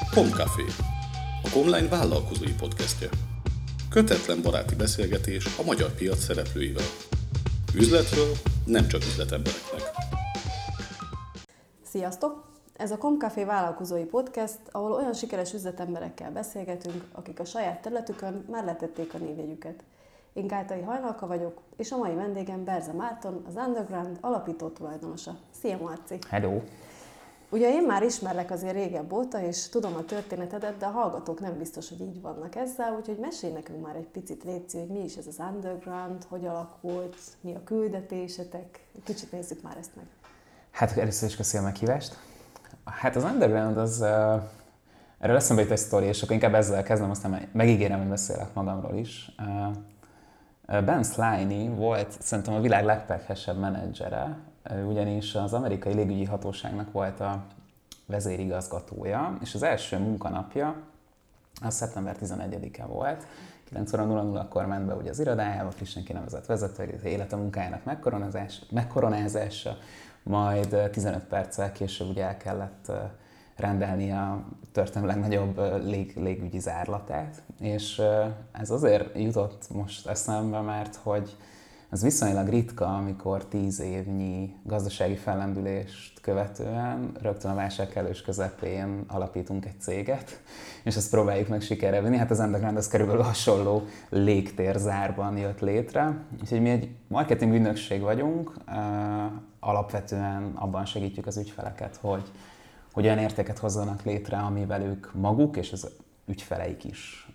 Komcafé, a Komline vállalkozói podcastje. Kötetlen baráti beszélgetés a magyar piac szereplőivel. Üzletről nem csak üzletembereknek. Sziasztok! Ez a Komcafé vállalkozói podcast, ahol olyan sikeres üzletemberekkel beszélgetünk, akik a saját területükön már letették a névjegyüket. Én Kátai Hajnalka vagyok, és a mai vendégem Berze Márton, az Underground alapító tulajdonosa. Szia, Marci! Hello! Ugye én már ismerlek azért régebb óta, és tudom a történetedet, de a hallgatók nem biztos, hogy így vannak ezzel, úgyhogy mesélj nekünk már egy picit, létszi, hogy mi is ez az Underground, hogy alakult, mi a küldetésetek. Kicsit nézzük már ezt meg. Hát először is köszönöm a meghívást. Hát az Underground az... Erről eszembe jut egy sztori, és akkor inkább ezzel kezdem, aztán megígérem, hogy beszélek magamról is. Ben Sliney volt szerintem a világ legpekesebb menedzsere, ugyanis az amerikai légügyi hatóságnak volt a vezérigazgatója, és az első munkanapja az szeptember 11-e volt. 9:00-kor ment be ugye az irodájába, frissen kinevezett vezető, az élete munkájának megkoronázása, majd 15 perccel később ugye el kellett rendelni a történelem legnagyobb légügyi zárlatát, és ez azért jutott most eszembe, mert hogy az viszonylag ritka, amikor 10 évnyi gazdasági fellendülést követően rögtön a válság kellős közepén alapítunk egy céget, és ezt próbáljuk meg sikerre vinni. Hát az Underground az körülbelül hasonló légtérzárban jött létre. Úgyhogy mi egy marketing ügynökség vagyunk, alapvetően abban segítjük az ügyfeleket, hogy olyan értéket hozzanak létre, amivel ők maguk és az ügyfeleik is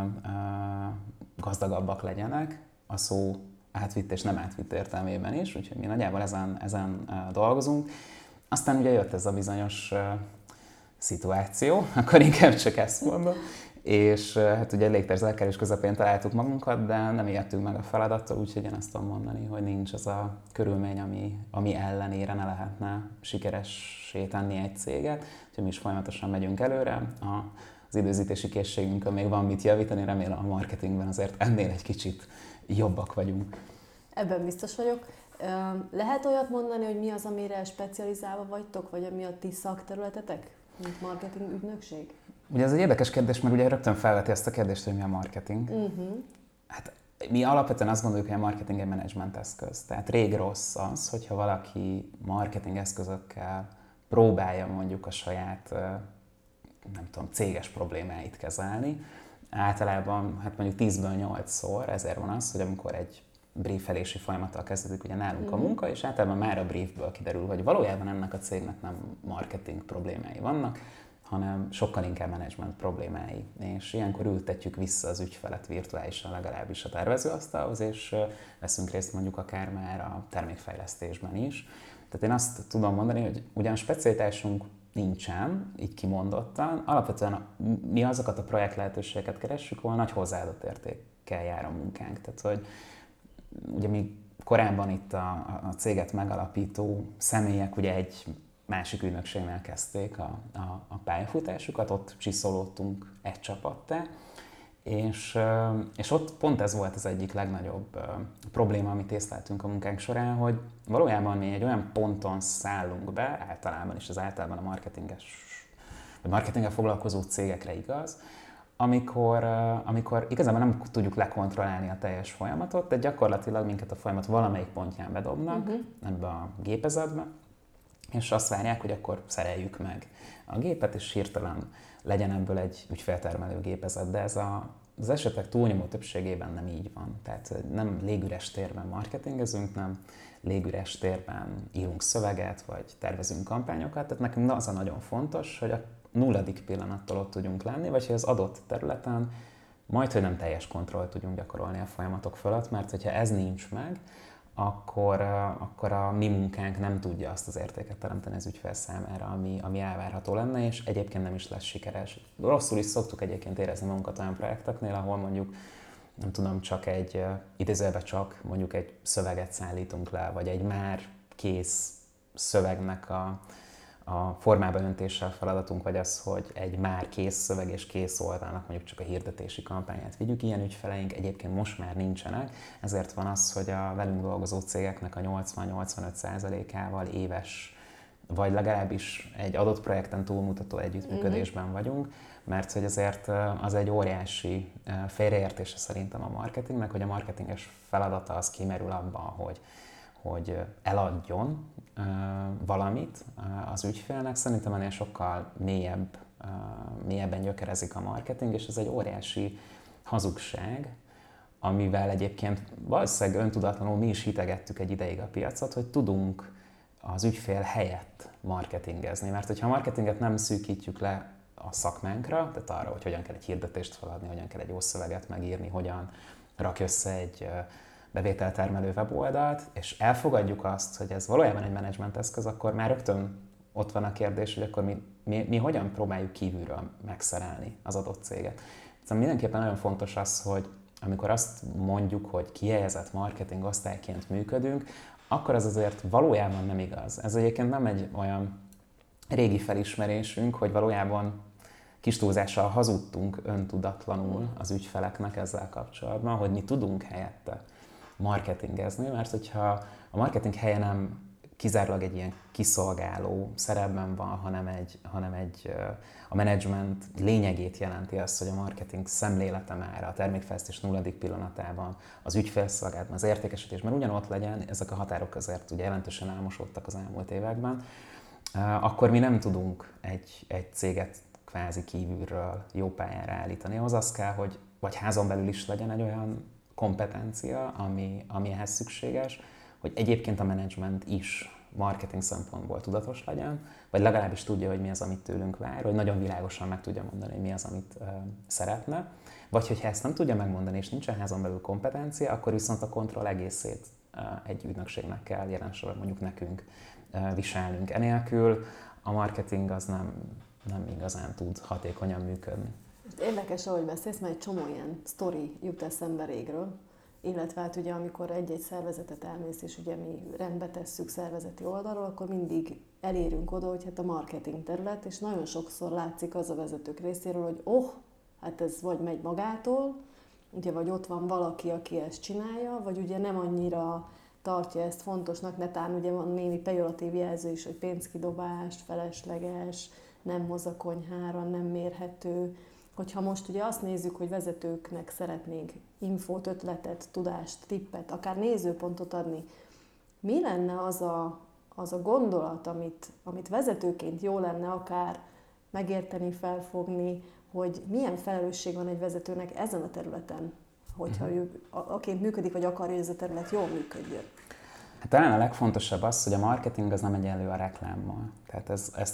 gazdagabbak legyenek, a szó átvitt és nem átvitt értelmében is, úgyhogy mi nagyjából ezen dolgozunk. Aztán ugye jött ez a bizonyos szituáció, akkor inkább csak ezt mondom, és hát ugye légtérzárkálás közepén találtuk magunkat, de nem ijedtünk meg a feladattól, úgyhogy én azt tudom mondani, hogy nincs az a körülmény, ami ellenére ne lehetne sikeressé tenni egy céget, úgyhogy mi is folyamatosan megyünk előre. Az időzítési készségünkön még van mit javítani, remélem a marketingben azért ennél egy kicsit jobbak vagyunk. Ebben biztos vagyok. Lehet olyat mondani, hogy mi az, amire specializálva vagytok, vagy ami a ti szakterületetek, mint marketing ügynökség? Ugye ez egy érdekes kérdés, mert ugye rögtön felveti ezt a kérdést, hogy mi a marketing. Hát mi alapvetően azt gondoljuk, hogy a marketing egy menedzsment eszköz. Tehát rég rossz az, hogyha valaki marketing eszközökkel próbálja mondjuk a saját, nem tudom, céges problémáit kezelni. Általában, hát mondjuk 10-ből 8-szor, ezért van az, hogy amikor egy briefelési folyamattal kezdődik ugye nálunk a munka, és általában már a briefből kiderül, hogy valójában ennek a cégnek nem marketing problémái vannak, hanem sokkal inkább menedzsment problémái. És ilyenkor ültetjük vissza az ügyfelet virtuálisan legalábbis a tervezőasztalhoz, és veszünk részt mondjuk akár már a termékfejlesztésben is. Tehát én azt tudom mondani, hogy ugyan specialitásunk nincsen, így kimondottan. Alapvetően mi azokat a projekt lehetőségeket keressük, ahol nagy hozzáadott értékkel jár a munkánk. Tehát, hogy ugye mi korábban itt a céget megalapító személyek ugye egy másik ügynökségnél kezdték a pályafutásukat, ott csiszolódtunk egy csapattá, és ott pont ez volt az egyik legnagyobb probléma, amit észleltünk a munkánk során, hogy valójában mi egy olyan ponton szállunk be, általában is az általában a marketinggel foglalkozó cégekre igaz, amikor igazából nem tudjuk lekontrollálni a teljes folyamatot, de gyakorlatilag minket a folyamat valamelyik pontján bedobnak ebbe a gépezetbe, és azt várják, hogy akkor szereljük meg a gépet, és hirtelen legyen ebből egy ügyféltermelő gépezet, de ez az esetek túlnyomó többségében nem így van. Tehát nem légüres térben marketingezünk, nem légüres térben írunk szöveget, vagy tervezünk kampányokat, tehát nekünk az a nagyon fontos, hogy a nulladik pillanattól ott tudjunk lenni, vagy hogy az adott területen majdhogy nem teljes kontrollt tudjunk gyakorolni a folyamatok fölött, mert hogyha ez nincs meg, akkor a mi munkánk nem tudja azt az értéket teremteni az ügyfél számára, ami elvárható lenne, és egyébként nem is lesz sikeres. Rosszul is szoktuk egyébként érezni magunkat olyan projekteknél, ahol mondjuk, nem tudom, idézőjelben csak mondjuk egy szöveget szállítunk le, vagy egy már kész szövegnek a formába öntéssel feladatunk, vagy az, hogy egy már kész szöveg és kész oldalnak mondjuk csak a hirdetési kampányát vigyük. Ilyen ügyfeleink egyébként most már nincsenek, ezért van az, hogy a velünk dolgozó cégeknek a 80-85%-ával éves vagy legalábbis egy adott projekten túlmutató együttműködésben vagyunk, mert hogy azért az egy óriási félreértése szerintem a marketingnek, hogy a marketinges feladata az kimerül abban, hogy eladjon valamit az ügyfélnek. Szerintem ennél sokkal mélyebben gyökerezik a marketing, és ez egy óriási hazugság, amivel egyébként valószínűleg öntudatlanul mi is hitegettük egy ideig a piacot, hogy tudunk az ügyfél helyett marketingezni. Mert hogyha a marketinget nem szűkítjük le a szakmánkra, tehát arra, hogy hogyan kell egy hirdetést feladni, hogyan kell egy jó szöveget megírni, hogyan rak össze egy bevételtermelő weboldalt, és elfogadjuk azt, hogy ez valójában egy menedzsment eszköz, akkor már rögtön ott van a kérdés, hogy akkor mi hogyan próbáljuk kívülről megszerelni az adott céget. Szóval mindenképpen nagyon fontos az, hogy amikor azt mondjuk, hogy kihelyezett marketing osztályként működünk, akkor az azért valójában nem igaz. Ez egyébként nem egy olyan régi felismerésünk, hogy valójában kis túlzással hazudtunk öntudatlanul az ügyfeleknek ezzel kapcsolatban, hogy mi tudunk helyette marketingezni, mert hogyha a marketing helye nem kizárólag egy ilyen kiszolgáló szerepben van, hanem a menedzsment lényegét jelenti azt, hogy a marketing szemlélete már a termékfejlesztés nulladik pillanatában, az ügyfélszolgálatban, az értékesítésben ugyanott legyen, ezek a határok azért ugye jelentősen elmosódtak az elmúlt években, akkor mi nem tudunk egy céget kvázi kívülről jó pályára állítani. Ahhoz az kell, hogy vagy házon belül is legyen egy olyan kompetencia, ami ehhez szükséges, hogy egyébként a menedzsment is marketing szempontból tudatos legyen, vagy legalábbis tudja, hogy mi az, amit tőlünk vár, hogy nagyon világosan meg tudja mondani, hogy mi az, amit szeretne. Vagy hogyha ezt nem tudja megmondani, és nincsen házon belül kompetencia, akkor viszont a kontroll egészét egy ügynökségnek kell jelen sorban mondjuk nekünk viselnünk. Enélkül a marketing az nem igazán tud hatékonyan működni. Érdekes, ahogy beszélsz, mert egy csomó ilyen sztori jut eszembe régről, illetve hát ugye amikor egy-egy szervezetet elmész, és ugye mi rendbe tesszük szervezeti oldalról, akkor mindig elérünk oda, hogy hát a marketing terület, és nagyon sokszor látszik az a vezetők részéről, hogy hát ez vagy megy magától, ugye vagy ott van valaki, aki ezt csinálja, vagy ugye nem annyira tartja ezt fontosnak, netán ugye van némi pejoratív jelző is, hogy pénzkidobás, felesleges, nem hoz a konyhára, nem mérhető. Hogyha most ugye azt nézzük, hogy vezetőknek szeretnénk infót, ötletet, tudást, tippet, akár nézőpontot adni, mi lenne az a gondolat, amit vezetőként jó lenne akár megérteni, felfogni, hogy milyen felelősség van egy vezetőnek ezen a területen, hogyha ő aként működik, vagy akarja, hogy ez a terület jól működjön? Hát talán a legfontosabb az, hogy a marketing az nem egyenlő a reklámmal. Tehát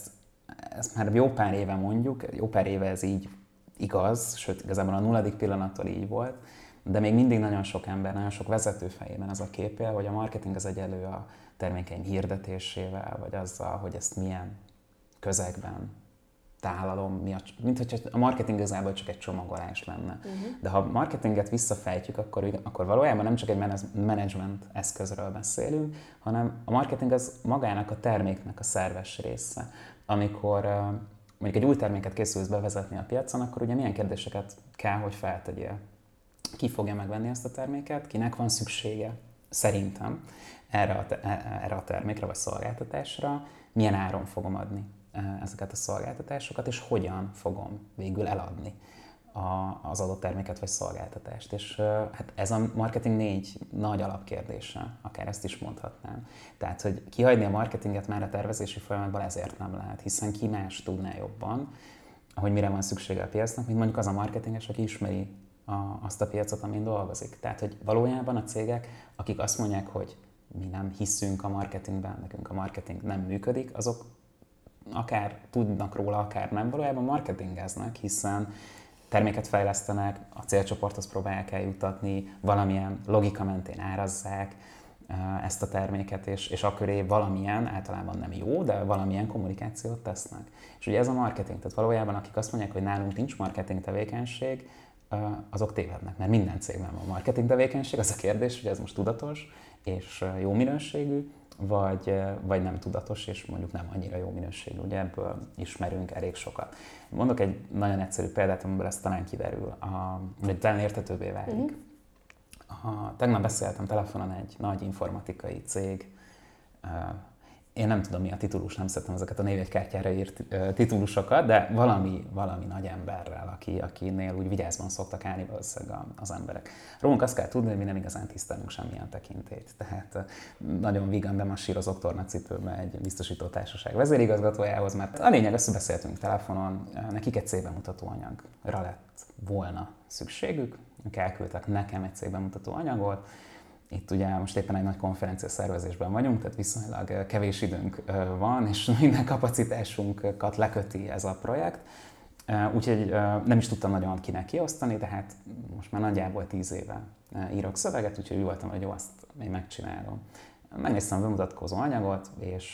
ezt már jó pár éve mondjuk, jó pár éve ez így igaz, sőt igazából a nulladik pillanattól így volt, de még mindig nagyon sok ember, nagyon sok vezető fejében az a képje, hogy a marketing az egyenlő a termékeim hirdetésével, vagy azzal, hogy ezt milyen közegben tálalom, mint hogyha a marketing igazából csak egy csomagolás lenne. De ha a marketinget visszafejtjük, akkor valójában nem csak egy menedzsment eszközről beszélünk, hanem a marketing az magának a terméknek a szerves része. Amikor mondjuk egy új terméket készülsz bevezetni a piacon, akkor ugye milyen kérdéseket kell, hogy feltegyél. Ki fogja megvenni ezt a terméket, kinek van szüksége szerintem erre a termékre vagy szolgáltatásra, milyen áron fogom adni ezeket a szolgáltatásokat, és hogyan fogom végül eladni az adott terméket vagy szolgáltatást. És hát ez a marketing 4 nagy alapkérdése, akár ezt is mondhatnám. Tehát, hogy kihagyni a marketinget már a tervezési folyamatban ezért nem lehet, hiszen ki más tudná jobban, hogy mire van szüksége a piacnak, mint mondjuk az a marketinges, aki ismeri azt a piacot, amin dolgozik. Tehát, hogy valójában a cégek, akik azt mondják, hogy mi nem hiszünk a marketingben, nekünk a marketing nem működik, azok akár tudnak róla, akár nem, valójában marketingeznek, hiszen terméket fejlesztenek, a célcsoporthoz próbálják eljutatni, valamilyen logika mentén árazzák ezt a terméket, és akköré valamilyen, általában nem jó, de valamilyen kommunikációt tesznek. És ugye ez a marketing, tehát valójában akik azt mondják, hogy nálunk nincs marketing tevékenység, azok tévednek, mert minden cégben van marketing tevékenység. Az a kérdés, hogy ez most tudatos és jó minőségű, vagy nem tudatos, és mondjuk nem annyira jó minőségű. Ugye ebből ismerünk elég sokat. Mondok egy nagyon egyszerű példát, amiből ez talán kiderül, vagy talán érthetőbbé válik. Tegnap beszéltem telefonon egy nagy informatikai cég én nem tudom mi a titulus, nem szeretem ezeket a névjegykártyára írt titulusokat, de valami nagy emberrel, akinél úgy vigyázban szoktak állni valószínűleg az emberek. Rólunk azt kell tudni, hogy mi nem igazán tisztelünk semmilyen tekintélyt. Tehát nagyon vígan bemasírozok tornacipőbe egy biztosítótársaság vezérigazgatójához, mert a lényeg, azt beszéltünk telefonon, nekik egy cégbemutató anyagra lett volna szükségük, elküldtek nekem egy cégbemutató anyagot. Itt ugye most éppen egy nagy konferencia szervezésben vagyunk, tehát viszonylag kevés időnk van, és minden kapacitásunkat leköti ez a projekt. Úgyhogy nem is tudtam nagyon kinek kiosztani, tehát most már nagyjából 10 éve írok szöveget, úgyhogy úgy voltam, hogy jó, azt én megcsinálom. Megnéztem a bemutatkozó anyagot,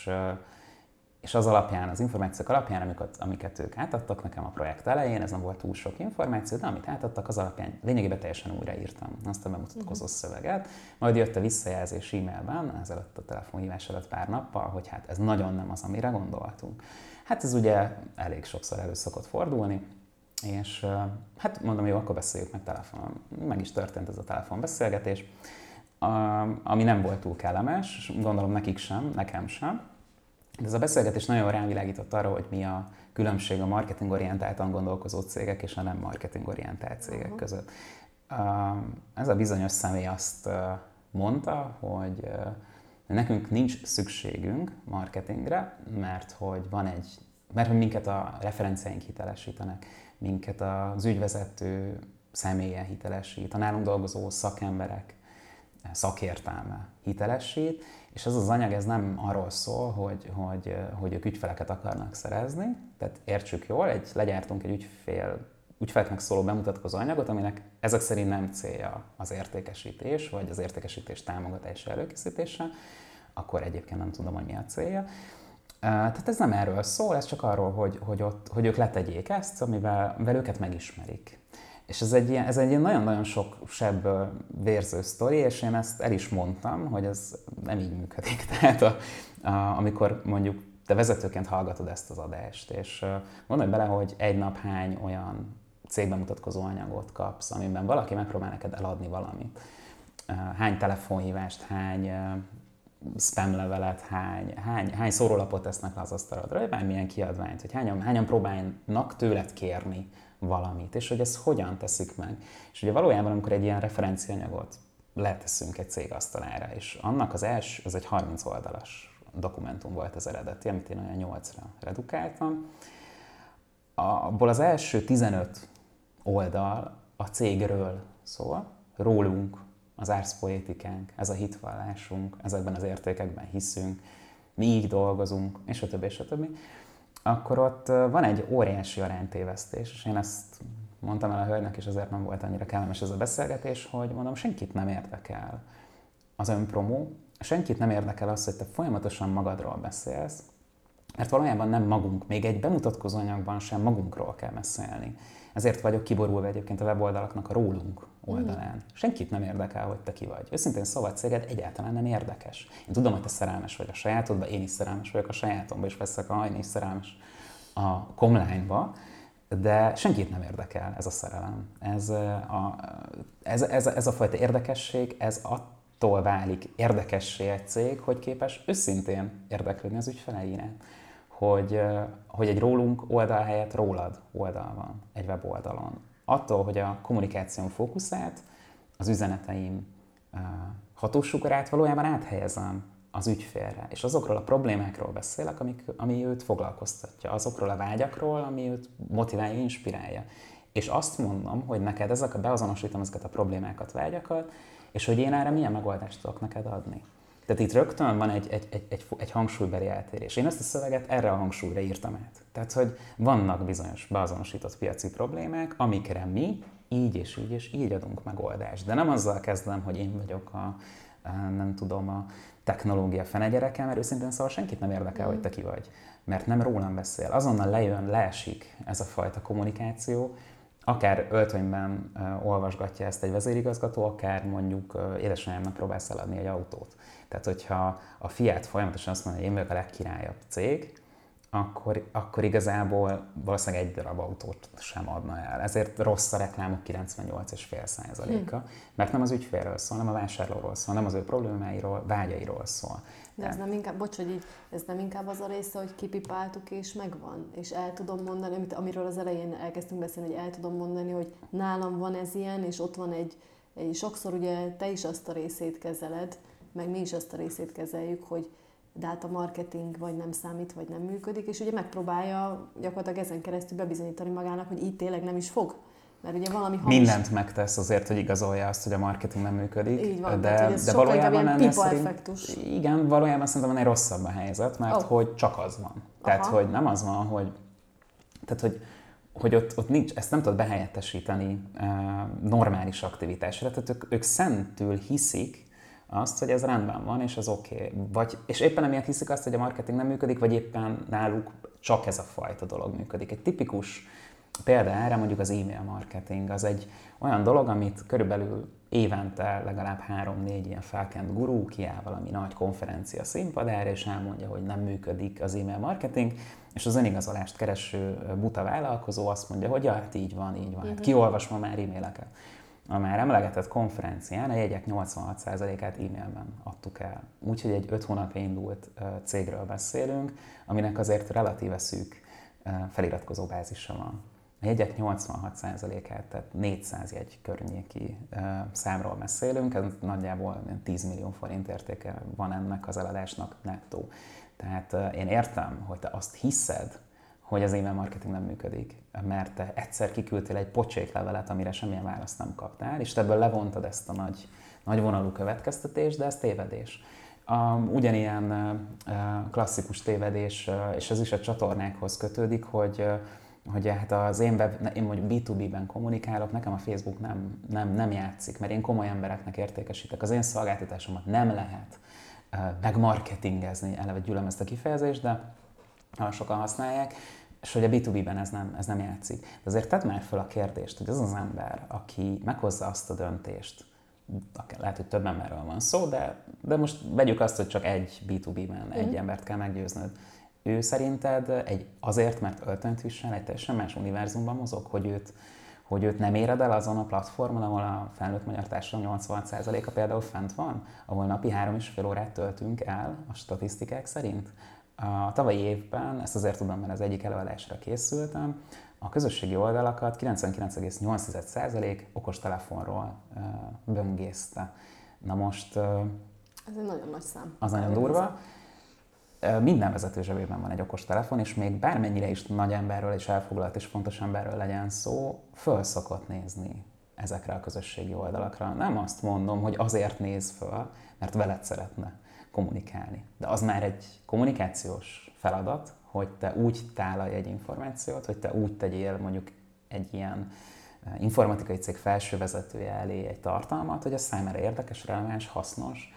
és az alapján, az információk alapján, amiket ők átadtak nekem a projekt elején, ez nem volt túl sok információ, de amit átadtak, az alapján lényegében teljesen újraírtam azt a bemutatkozó szöveget. Majd jött a visszajelzés e-mailben, ezelőtt a telefonhívás előtt pár nappal, hogy hát ez nagyon nem az, amire gondoltunk. Hát ez ugye elég sokszor elő szokott fordulni, és hát mondom, jó, akkor beszéljük meg telefonon. Meg is történt ez a telefonbeszélgetés, ami nem volt túl kellemes, gondolom nekik sem, nekem sem. De ez a beszélgetés nagyon rávilágított arra, hogy mi a különbség a marketingorientáltan gondolkozó cégek és a nem marketingorientált cégek között. Ez a bizonyos személy azt mondta, hogy nekünk nincs szükségünk marketingre, mert hogy minket a referenciáink hitelesítenek, minket az ügyvezető személye hitelesít, a nálunk dolgozó szakemberek szakértelme hitelesít, és ez az anyag ez nem arról szól, hogy ők ügyfeleket akarnak szerezni, tehát értsük jól, legyártunk egy ügyfeleknek szóló bemutatkozó anyagot, aminek ezek szerint nem célja az értékesítés, vagy az értékesítés támogatása előkészítése, akkor egyébként nem tudom, hogy mi a célja. Tehát ez nem erről szól, ez csak arról, hogy ők letegyék ezt, amivel őket megismerik. És ez egy ilyen nagyon-nagyon sok sebből vérző sztori, és én ezt el is mondtam, hogy ez nem így működik. Tehát amikor mondjuk te vezetőként hallgatod ezt az adást, és gondolj bele, hogy egy nap hány olyan cégbemutatkozó anyagot kapsz, amiben valaki megpróbál neked eladni valamit. Hány telefonhívást, hány spam levelet, hány szórólapot tesznek le az asztalodra, vagy bármilyen kiadványt, hogy hányan próbálnak tőled kérni valamit, és hogy ezt hogyan teszik meg. És ugye valójában, amikor egy ilyen referenciaanyagot leteszünk egy cég asztalára, és annak ez egy 30 oldalas dokumentum volt az eredeti, amit én olyan 8-ra redukáltam. Abból az első 15 oldal a cégről szól, rólunk, az árszpoétikánk, ez a hitvallásunk, ezekben az értékekben hiszünk, mi így dolgozunk, és a többi, és a többi. Akkor ott van egy óriási aránytévesztés, és én ezt mondtam el a hölgynek, és azért nem volt annyira kellemes ez a beszélgetés, hogy mondom, senkit nem érdekel az önpromó, senkit nem érdekel az, hogy te folyamatosan magadról beszélsz, mert valójában nem magunk, még egy bemutatkozó anyagban sem magunkról kell beszélni. Ezért vagyok kiborulva egyébként a weboldalaknak a rólunk oldalán. Senkit nem érdekel, hogy te ki vagy. Őszintén szóval céged egyáltalán nem érdekes. Én tudom, hogy te szerelmes vagy a sajátodba, én is szerelmes vagyok a sajátomba, és veszek én is szerelmes a Comline-ba, de senkit nem érdekel ez a szerelem. Ez a fajta érdekesség, ez attól válik érdekessé egy cég, hogy képes őszintén érdeklődni az ügyfelei iránt. Hogy egy rólunk oldal helyett rólad oldal van egy weboldalon. Attól, hogy a kommunikáción fókuszált, az üzeneteim hatósugarát valójában áthelyezem az ügyfélre, és azokról a problémákról beszélek, ami őt foglalkoztatja, azokról a vágyakról, ami őt motiválja, inspirálja. És azt mondom, hogy neked beazonosítom ezeket a problémákat, vágyakat, és hogy én erre milyen megoldást tudok neked adni. Tehát itt rögtön van egy hangsúlybeli eltérés. Én ezt a szöveget erre a hangsúlyra írtam át. Tehát, hogy vannak bizonyos beazonosított piaci problémák, amikre mi így és így adunk megoldást. De nem azzal kezdem, hogy én vagyok a technológia fenegyereke, mert őszintén szóval senkit nem érdekel, hogy te ki vagy. Mert nem rólam beszél. Azonnal leesik ez a fajta kommunikáció, akár öltönyben olvasgatja ezt egy vezérigazgató, akár mondjuk édesanyámnak próbálsz eladni egy autót. Tehát, hogyha a Fiat folyamatosan azt mondja, hogy én vagyok a legkirályabb cég, akkor igazából valószínűleg egy darab autót sem adna el. Ezért rossz a reklámok 98,5%-a, mert nem az ügyfélről szól, nem a vásárlóról szól, nem az ő problémáiról, vágyairól szól. De ez nem inkább, bocs, hogy így, ez nem inkább az a része, hogy kipipáltuk és megvan, és el tudom mondani, amiről az elején elkezdtünk beszélni, hogy el tudom mondani, hogy nálam van ez ilyen, és ott van egy sokszor ugye te is azt a részét kezeled, meg mi is azt a részét kezeljük, hogy data marketing vagy nem számít, vagy nem működik, és ugye megpróbálja gyakorlatilag ezen keresztül bebizonyítani magának, hogy így tényleg nem is fog. Mert ugye valami hamis... Mindent megtesz azért, hogy igazolja azt, hogy a marketing nem működik. Így van, de sokkal valójában ilyen pipa-effektus. Igen, valójában szerintem ennél rosszabb a helyzet, mert hogy csak az van. Tehát, hogy nem az van, hogy ott nincs, ezt nem tudod behelyettesíteni normális aktivitásra. Tehát ők szentül hiszik azt, hogy ez rendben van, és az oké. És éppen emiatt hiszik azt, hogy a marketing nem működik, vagy éppen náluk csak ez a fajta dolog működik. Egy tipikus példa erre mondjuk az e-mail marketing. Az egy olyan dolog, amit körülbelül évente legalább 3-4 ilyen felkent gurú kiáll valami nagy konferencia színpadára, és elmondja, hogy nem működik az e-mail marketing, és az önigazolást kereső buta vállalkozó azt mondja, hogy ja, hát így van, hát ki olvas ma már e-maileket. A már emlegetett konferencián a jegyek 86%-át e-mailben adtuk el. Úgyhogy egy 5 hónapja indult cégről beszélünk, aminek azért relatíve szűk feliratkozó bázisa van. A jegyek 86%-át, tehát 400 jegy környéki számról beszélünk, ez nagyjából 10 millió forint értéke van ennek az eladásnak nettó. Tehát én értem, hogy te azt hiszed, hogy az e-mail marketing nem működik, mert te egyszer kiküldtél egy pocséklevelet, amire semmilyen választ nem kaptál, és te ebből levontad ezt a nagy vonalú következtetést, de ez tévedés. Ugyanilyen klasszikus tévedés, és ez is a csatornákhoz kötődik, hogy hát én mondjuk B2B-ben kommunikálok, nekem a Facebook nem játszik, mert én komoly embereknek értékesítek. Az én szolgáltatásomat nem lehet megmarketingezni, eleve gyűlöm ezt a kifejezést, de sokan használják, és hogy a B2B-ben ez nem játszik. De azért tedd már fel a kérdést, hogy az az ember, aki meghozza azt a döntést, lehet, hogy több emberről van szó, de most vegyük azt, hogy csak egy B2B-ben egy embert kell meggyőznöd. Ő szerinted azért, mert öltönyt visel, egy teljesen más univerzumban mozog, hogy őt nem éred el azon a platformon, ahol a felnőtt magyar társadalom 86%-a például fent van, ahol napi 3,5 órát töltünk el a statisztikák szerint? A tavalyi évben, ezt azért tudom, mert az egyik előadásra készültem, a közösségi oldalakat 99,8% okostelefonról böngészte. Na most... Ez egy nagyon nagy szám. Az nagyon durva. Minden vezető zsebében van egy okostelefon, és még bármennyire is nagy emberről és elfoglalt és fontos emberről legyen szó, föl szokott nézni ezekre a közösségi oldalakra. Nem azt mondom, hogy azért néz föl, mert veled szeretne kommunikálni. De az már egy kommunikációs feladat, hogy te úgy tálalj egy információt, hogy te úgy tegyél mondjuk egy ilyen informatikai cég felső vezetője elé egy tartalmat, hogy ez számára érdekes, releváns, hasznos,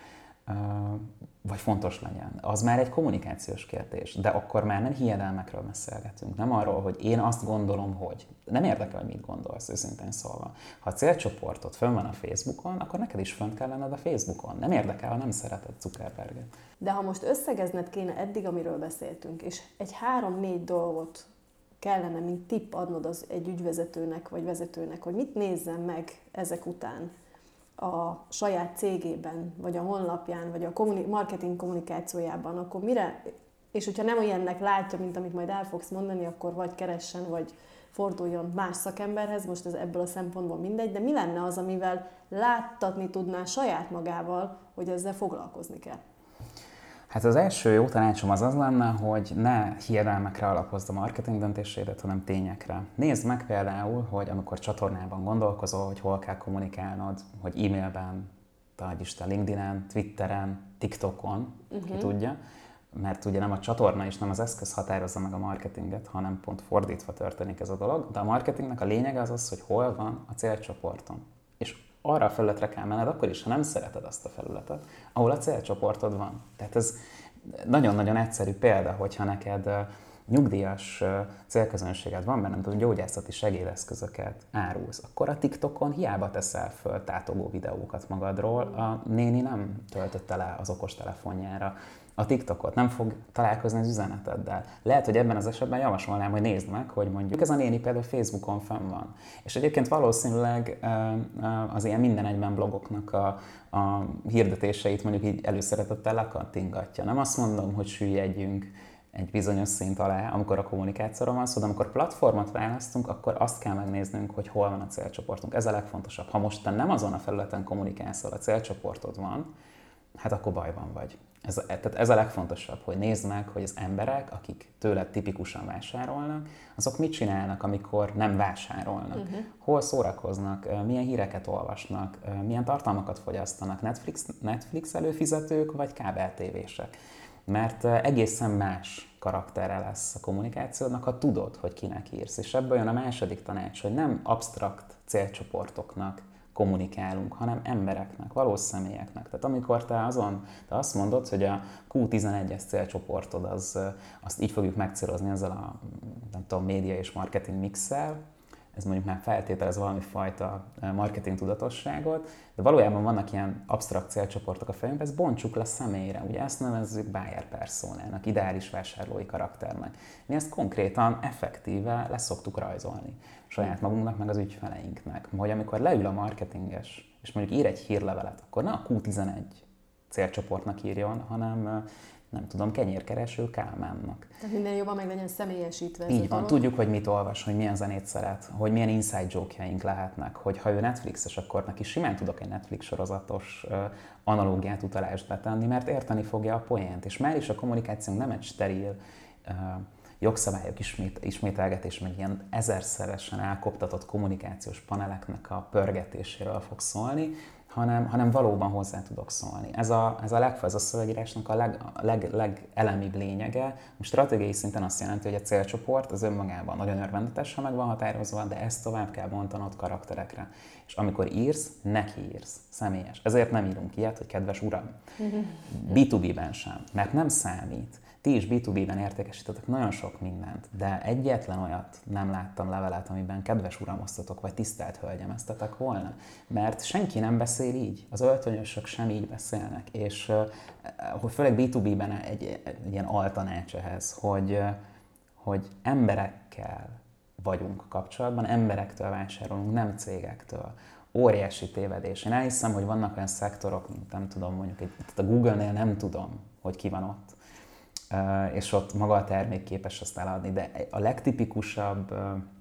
vagy fontos legyen. Az már egy kommunikációs kérdés, de akkor már nem hiedelmekről beszélgetünk, nem arról, hogy én azt gondolom, hogy nem érdekel, hogy mit gondolsz, őszintén szólva. Ha a célcsoportod fönn van a Facebookon, akkor neked is fönt kell lenned a Facebookon. Nem érdekel, ha nem szereted Zuckerberget. De ha most összegezned kéne eddig, amiről beszéltünk, és egy 3-4 dolgot kellene, mint tipp adnod egy ügyvezetőnek vagy vezetőnek, hogy mit nézzen meg ezek után a saját cégében, vagy a honlapján, vagy a marketing kommunikációjában, akkor mire, és hogyha nem olyannek látja, mint amit majd el fogsz mondani, akkor vagy keressen, vagy forduljon más szakemberhez, most ez ebből a szempontból mindegy, de mi lenne az, amivel láttatni tudná saját magával, hogy ezzel foglalkozni kell? Hát az első jó tanácsom az lenne, hogy ne hiedelmekre alapozd a marketing döntésédet, hanem tényekre. Nézd meg például, hogy amikor csatornában gondolkozol, hogy hol kell kommunikálnod, hogy e-mailben, Isten LinkedInen, Twitteren, TikTokon, ki tudja, mert ugye nem a csatorna és nem az eszköz határozza meg a marketinget, hanem pont fordítva történik ez a dolog, de a marketingnek a lényege az az, hogy hol van a célcsoporton. És arra a felületre kell menned, akkor is, ha nem szereted azt a felületet, ahol a célcsoportod van. Tehát ez nagyon-nagyon egyszerű példa, hogyha neked nyugdíjas célközönséged van, mert nem tudom, gyógyászati segédeszközöket árulsz, akkor a TikTokon hiába teszel föl tátogó videókat magadról, a néni nem töltötte le az okostelefonjára a TikTokot, nem fog találkozni az üzeneteddel. Lehet, hogy ebben az esetben javasolnám, hogy nézd meg, hogy mondjuk ez a néni például Facebookon fenn van. És egyébként valószínűleg az ilyen minden egyben blogoknak a hirdetéseit mondjuk így előszeretettel lekattingatja. Nem azt mondom, hogy süllyedjünk egy bizonyos szint alá, amikor a kommunikációról van szó, de amikor platformot választunk, akkor azt kell megnéznünk, hogy hol van a célcsoportunk. Ez a legfontosabb. Ha most te nem azon a felületen kommunikálsz, ahol a célcsoportod van, hát akkor bajban vagy. Tehát ez a legfontosabb, hogy nézd meg, hogy az emberek, akik tőled tipikusan vásárolnak, azok mit csinálnak, amikor nem vásárolnak. Hol szórakoznak, milyen híreket olvasnak, milyen tartalmakat fogyasztanak, Netflix előfizetők vagy kábel-tévések. Mert egészen más karaktere lesz a kommunikációdnak, ha tudod, hogy kinek írsz. És ebből jön a második tanács, hogy nem absztrakt célcsoportoknak kommunikálunk, hanem embereknek, valós személyeknek. Tehát amikor te azt mondod, hogy a Q11-es célcsoportod, azt így fogjuk megcélozni ezzel a nem tudom, média és marketing mixel, ez mondjuk már feltételez valami fajta marketing tudatosságot, de valójában vannak ilyen absztrakt célcsoportok a fejünkben, ezt bontsuk le személyre. Ugye ezt nevezzük buyer personának, ideális vásárlói karakternek. Mi ezt konkrétan, effektíve leszoktuk rajzolni saját magunknak, meg az ügyfeleinknek. Hogy amikor leül a marketinges, és mondjuk ír egy hírlevelet, akkor ne a Q11 célcsoportnak írjon, hanem nem tudom, kenyérkereső Kálmánnak. Tehát minden jobban meg legyen személyesítve. Így van, tudjuk, hogy mit olvas, hogy milyen zenét szeret, hogy milyen inside joke-jaink lehetnek, hogy ha ő Netflixes, akkor neki simán tudok egy Netflix sorozatos analógiát, utalást betenni, mert érteni fogja a poént. És már is a kommunikációnk nem egy steril jogszabályok ismételgetés, meg ilyen ezerszeresen elkoptatott kommunikációs paneleknek a pörgetéséről fog szólni, hanem valóban hozzá tudok szólni. Ez a szövegírásnak a legelemibb lényege. A stratégiai szinten azt jelenti, hogy a célcsoport az önmagában nagyon örvendetes, ha meg van határozva, de ezt tovább kell bontanod karakterekre. És amikor írsz, neki írsz, személyes. Ezért nem írunk ilyet, hogy kedves uram. B2B-ben sem, mert nem számít. Ti is B2B-ben értékesítetek nagyon sok mindent, de egyetlen olyat nem láttam levelet, amiben kedves uram osztatok, vagy tisztelt hölgyem eztetek volna. Mert senki nem beszél így, az öltönyösök sem így beszélnek. És hogy főleg B2B-ben egy ilyen altanács ehhez, hogy emberekkel vagyunk kapcsolatban, emberektől vásárolunk, nem cégektől. Óriási tévedés. Én elhiszem, hogy vannak olyan szektorok, mint nem tudom, mondjuk a Google-nél nem tudom, hogy ki van ott, és ott maga a termék képes azt eladni, de a legtipikusabb,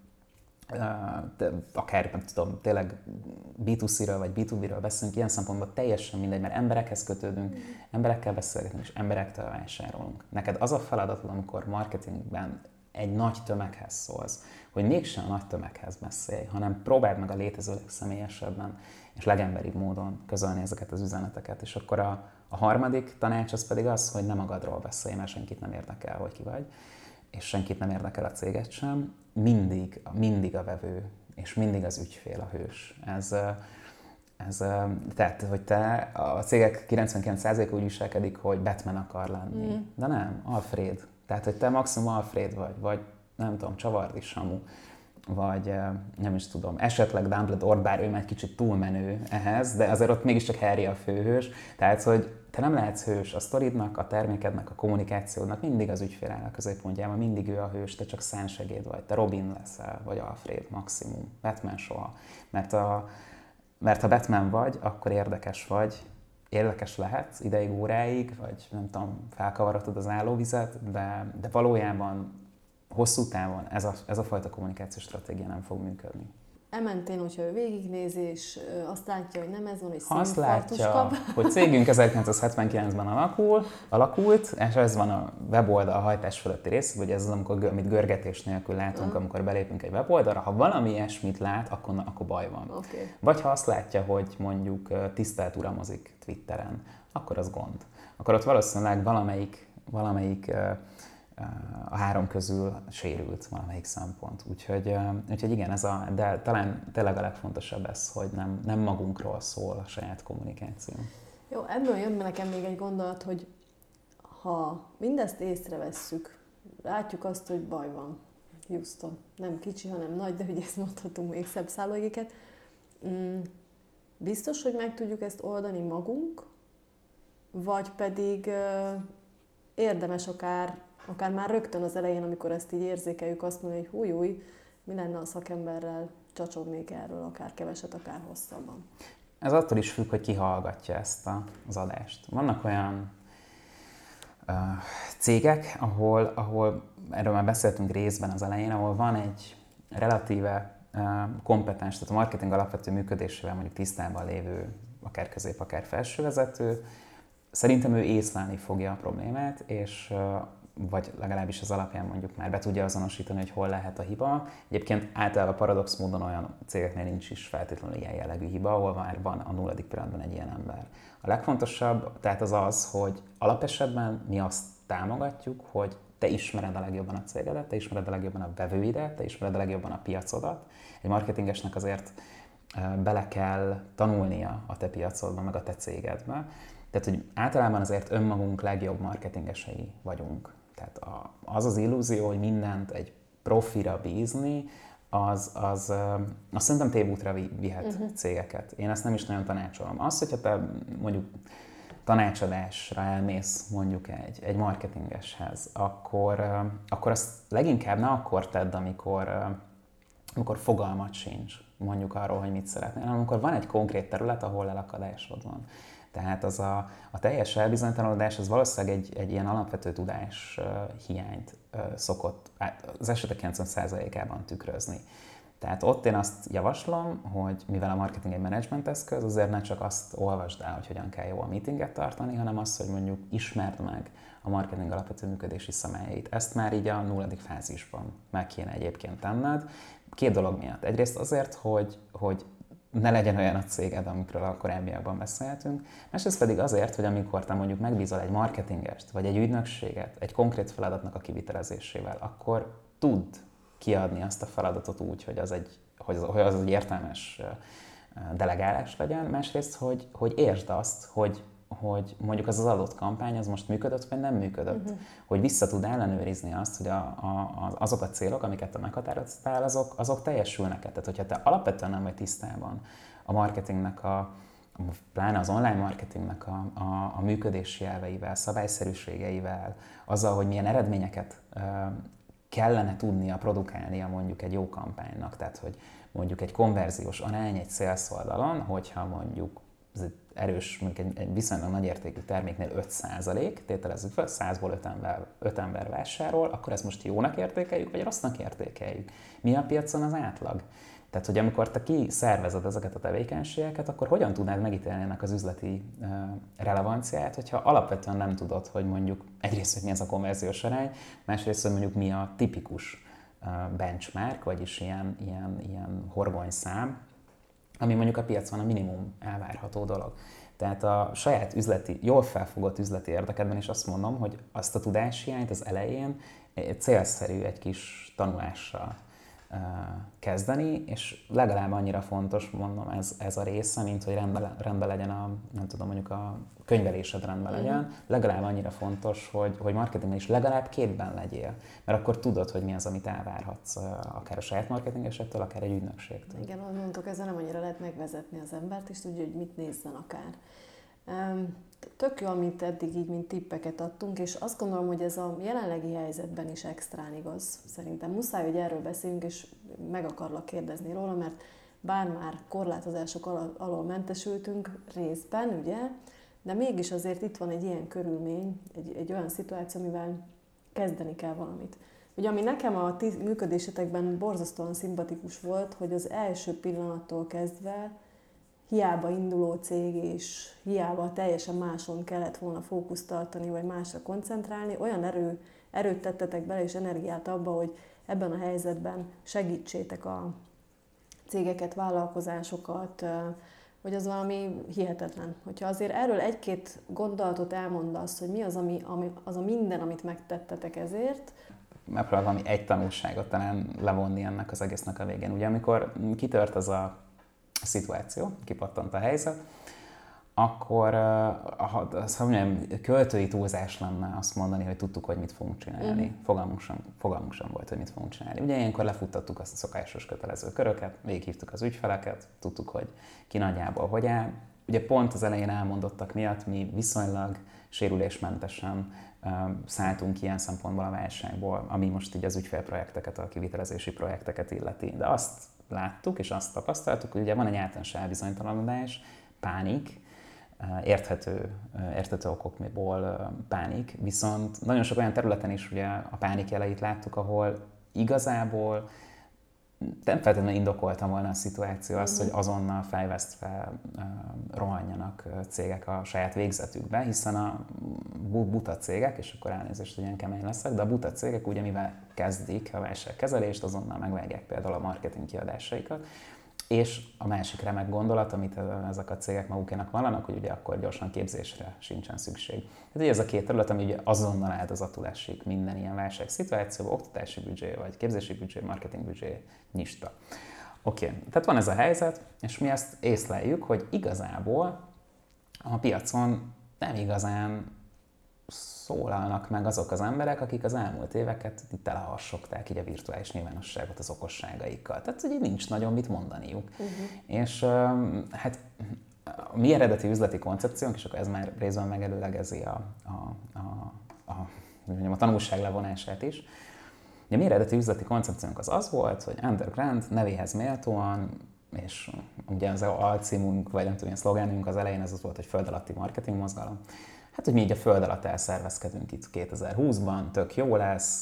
akár nem tudom, tényleg B2C-ről vagy B2B-ről beszélünk, ilyen szempontból teljesen mindegy, mert emberekhez kötődünk, emberekkel beszélgetünk, és emberektől vásárolunk. Neked az a feladatod, amikor marketingben egy nagy tömeghez szólsz, hogy mégsem a nagy tömeghez beszélj, hanem próbáld meg a létező legszemélyesebben és legemberibb módon közölni ezeket az üzeneteket. És akkor a harmadik tanács az pedig az, hogy nem magadról beszélj, mert senkit nem érdekel, hogy ki vagy, és senkit nem érdekel a céget sem. Mindig a vevő, és mindig az ügyfél a hős. Tehát, hogy te, a cégek 99% úgy viselkedik, hogy Batman akar lenni. De nem, Alfred. Tehát, hogy te maximum Alfred vagy nem tudom, Csavardi Samu, vagy nem is tudom, esetleg Dumbledore, bár ő már egy kicsit túlmenő ehhez, de azért ott mégiscsak Harry a főhős. Tehát, hogy te nem lehetsz hős a sztoridnak, a termékednek, a kommunikációdnak, mindig az ügyfél áll a középpontjában, mindig ő a hős, te csak szánsegéd vagy, te Robin leszel, vagy Alfred maximum, Batman soha. Mert ha Batman vagy, akkor érdekes lehetsz ideig, óráig, vagy nem tudom, felkavaratod az állóvizet, de valójában hosszú távon ez a fajta kommunikációs stratégia nem fog működni. Ementén, hogyha ő végignézi, és azt látja, hogy nem ez van, és ha azt látja, hogy cégünk 1979-ben alakult, és ez van a weboldal hajtás fölötti rész, vagy ez az, amit görgetés nélkül látunk, amikor belépünk egy weboldalra, ha valami ilyesmit lát, akkor baj van. Okay. Vagy ha azt látja, hogy mondjuk tisztelt uramozik Twitteren, akkor az gond. Akkor ott valószínűleg valamelyik a három közül sérült valamelyik szempont. Úgyhogy igen, de talán tényleg a legfontosabb ez, hogy nem magunkról szól a saját kommunikáció. Jó, ebből jön nekem még egy gondolat, hogy ha mindezt észrevesszük, látjuk azt, hogy baj van, Houston. Nem kicsi, hanem nagy, de ugye ezt mondhatunk még szebb szállóigéket. Biztos, hogy meg tudjuk ezt oldani magunk, vagy pedig érdemes akár már rögtön az elején, amikor ezt így érzékeljük, azt mondani, hogy húj, mi lenne a szakemberrel csacsognék erről, akár keveset, akár hosszabban. Ez attól is függ, hogy ki hallgatja ezt az adást. Vannak olyan cégek, ahol erről már beszéltünk részben az elején, ahol van egy relatíve kompetens, tehát a marketing alapvető működésével mondjuk tisztában lévő, akár közép, akár felsővezető, szerintem ő észlelni fogja a problémát, és vagy legalábbis az alapján mondjuk már be tudja azonosítani, hogy hol lehet a hiba. Egyébként általában paradox módon olyan cégeknél nincs is feltétlenül ilyen jellegű hiba, ahol már van a nulladik pillanatban egy ilyen ember. A legfontosabb tehát az, hogy alapesetben mi azt támogatjuk, hogy te ismered a legjobban a cégedet, te ismered a legjobban a vevőidet, te ismered a legjobban a piacodat. Egy marketingesnek azért bele kell tanulnia a te piacodban, meg a te cégedbe. Tehát, hogy általában azért önmagunk legjobb marketingesei vagyunk. Tehát az illúzió, hogy mindent egy profira bízni, az szerintem tévútra vihet cégeket. Én ezt nem is nagyon tanácsolom. Az, hogyha te mondjuk tanácsadásra elmész mondjuk egy marketingeshez, akkor azt leginkább ne akkor tedd, amikor fogalmat sincs mondjuk arról, hogy mit szeretnél, hanem amikor van egy konkrét terület, ahol elakadásod van. Tehát az a teljes elbizonytalanodás az valószínűleg egy ilyen alapvető tudás hiányt szokott az esetek 90%-ában tükrözni. Tehát ott én azt javaslom, hogy mivel a marketing egy menedzsment eszköz, azért ne csak azt olvasd el, hogy hogyan kell jól meetinget tartani, hanem azt, hogy mondjuk ismerd meg a marketing alapvető működési szabályait. Ezt már így a nulladik fázisban meg kéne egyébként tenned. Két dolog miatt. Egyrészt azért, hogy ne legyen olyan a céged, amikről a korábbiakban beszéltünk. Másrészt pedig azért, hogy amikor te mondjuk megbízol egy marketingest, vagy egy ügynökséget, egy konkrét feladatnak a kivitelezésével, akkor tudd kiadni azt a feladatot úgy, hogy az egy értelmes delegálás legyen. Másrészt, hogy értsd azt, hogy mondjuk az adott kampány az most működött, vagy nem működött. Hogy vissza tud ellenőrizni azt, hogy azok a célok, amiket te meghatároztál, azok teljesülnek-e. Tehát, hogyha te alapvetően nem vagy tisztában a marketingnek, pláne az online marketingnek a működési elveivel, szabályszerűségeivel, azzal, hogy milyen eredményeket kellene tudnia produkálnia mondjuk egy jó kampánynak. Tehát, hogy mondjuk egy konverziós arány egy sales oldalon, hogyha mondjuk ez egy erős, mondjuk egy viszonylag nagy értékű terméknél 5%, tételezzük fel, 100-ból 5 ember vásárol, akkor ezt most jónak értékeljük, vagy rossznak értékeljük? Mi a piacon az átlag? Tehát, hogy amikor te kiszervezed ezeket a tevékenységeket, akkor hogyan tudnád megítélni ennek az üzleti relevanciáját, hogyha alapvetően nem tudod, hogy mondjuk egyrészt, hogy mi ez a konverziós arány, másrészt, hogy mondjuk mi a tipikus benchmark, vagyis ilyen horgonyszám, ami mondjuk a piacon a minimum elvárható dolog. Tehát a saját jól felfogott üzleti érdekedben is azt mondom, hogy azt a tudáshiányt az elején célszerű egy kis tanulással kezdeni, és legalább annyira fontos, mondom, ez a része, mint hogy rendben legyen mondjuk a könyvelésed rendben legyen, legalább annyira fontos, hogy marketingben is legalább képben legyél, mert akkor tudod, hogy mi az, amit elvárhatsz, akár a saját marketingesettől, akár egy ügynökségtől. Igen, ahogy mondtuk, ezzel nem annyira lehet megvezetni az embert, és tudja, hogy mit nézzen akár. Tök jó, amit eddig így, mint tippeket adtunk, és azt gondolom, hogy ez a jelenlegi helyzetben is extrán igaz. Szerintem muszáj, hogy erről beszéljünk, és meg akarlak kérdezni róla, mert bár már korlátozások alól mentesültünk részben, ugye, de mégis azért itt van egy ilyen körülmény, egy olyan szituáció, amivel kezdeni kell valamit. Ugye, ami nekem a ti működésetekben borzasztóan szimpatikus volt, hogy az első pillanattól kezdve hiába induló cég, és hiába teljesen máson kellett volna fókuszt tartani, vagy másra koncentrálni, olyan erőt tettetek bele, és energiát abba, hogy ebben a helyzetben segítsétek a cégeket, vállalkozásokat, hogy az valami hihetetlen. Hogyha azért erről egy-két gondolatot elmondasz, hogy mi az, az a minden, amit megtettetek ezért. Megpróbálom valami egy tanulságot talán levonni ennek az egésznek a végén. Ugye amikor kitört az a szituáció, kipattant a helyzet, akkor költői túlzás lenne azt mondani, hogy tudtuk, hogy mit fogunk csinálni. Fogalmunk sem volt, hogy mit fogunk csinálni. Ugye ilyenkor lefuttattuk azt a szokásos kötelező köröket, végighívtuk az ügyfeleket, tudtuk, hogy ki nagyjából hogy áll. Ugye pont az elején elmondottak miatt mi viszonylag sérülésmentesen szálltunk ilyen szempontból a válságból, ami most így az ügyfélprojekteket, a kivitelezési projekteket illeti. De azt láttuk és azt tapasztaltuk, hogy ugye van egy általános elbizonytalanodás, pánik, érthető okokból pánik, viszont nagyon sok olyan területen is ugye a pánik jeleit láttuk, ahol igazából nem feltétlenül indokolta volna a szituáció azt, hogy azonnal fejvesztve rohanjanak cégek a saját végzetükbe, hiszen a buta cégek, és akkor elnézést, hogy ilyen kemény leszek, de a buta cégek ugye mivel kezdik a válságkezelést, azonnal megvágják például a marketing kiadásaikat. És a másik remek gondolat, amit ezek a cégek magukénak vallanak, hogy ugye akkor gyorsan képzésre sincsen szükség. Tehát ugye ez a két terület, ami ugye azonnal áldozatul esik minden ilyen válságszituációban, oktatási büdzsé, vagy képzési büdzsé, marketing büdzsé nyista. Oké, tehát van ez a helyzet, és mi ezt észleljük, hogy igazából a piacon nem igazán szólalnak meg azok az emberek, akik az elmúlt éveket teleharsogták így a virtuális nyilvánosságot az okosságaikkal. Tehát ugye nincs nagyon mit mondaniuk. És hát a mi eredeti üzleti koncepciónk, és akkor ez már részben megelőlegezi a tanulság levonását is. A mi eredeti üzleti koncepciónk az volt, hogy Underground nevéhez méltóan, és ugye az alcímünk, vagy nem tudom, ilyen szlogánunk az elején az volt, hogy föld alatti marketing mozgalom. Hát, hogy mi így a föld alatt elszervezkedünk itt 2020-ban, tök jó lesz,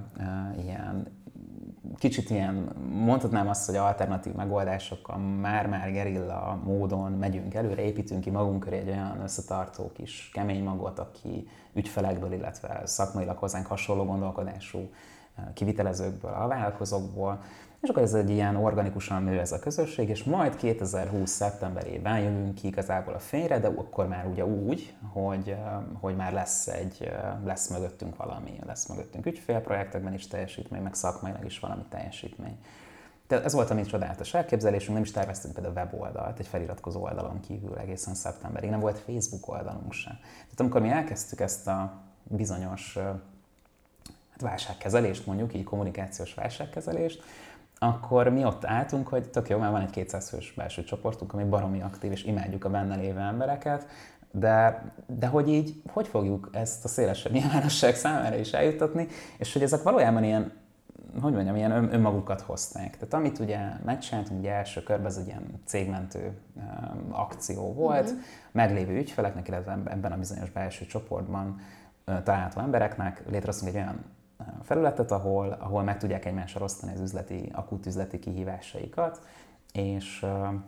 kicsit ilyen, mondhatnám azt, hogy alternatív megoldásokkal már gerilla módon megyünk előre, építünk ki magunk köré egy olyan összetartó kis kemény magot, aki ügyfelekből, illetve szakmailag hozzánk hasonló gondolkodású kivitelezőkből, a vállalkozókból, és akkor ez egy ilyen organikusan nő ez a közösség, és majd 2020. szeptemberében jövünk ki igazából a fényre, de akkor már ugye úgy, hogy már lesz mögöttünk valami, lesz mögöttünk ügyfélprojektekben is teljesítmény, meg szakmailag is valami teljesítmény. Tehát ez volt a mi csodálatos elképzelésünk, nem is terveztünk például weboldalt, egy feliratkozó oldalon kívül egészen szeptemberig, nem volt Facebook oldalunk sem. Tehát amikor mi elkezdtük ezt a bizonyos válságkezelést, mondjuk így kommunikációs válságkezelést, akkor mi ott álltunk, hogy tök jó, már van egy 200 fős belső csoportunk, ami baromi aktív, és imádjuk a benne lévő embereket, de hogy fogjuk ezt a szélesebb nyilvánosság számára is eljuttatni, és hogy ezek valójában ilyen, ilyen önmagukat hozták. Tehát amit ugye megcsináltunk, ugye első körben ez egy ilyen cégmentő akció volt, meglévő ügyfeleknek, illetve ebben a bizonyos belső csoportban található embereknek létrehoztunk egy olyan felületet, ahol meg tudják egymással osztani az akut üzleti kihívásaikat, és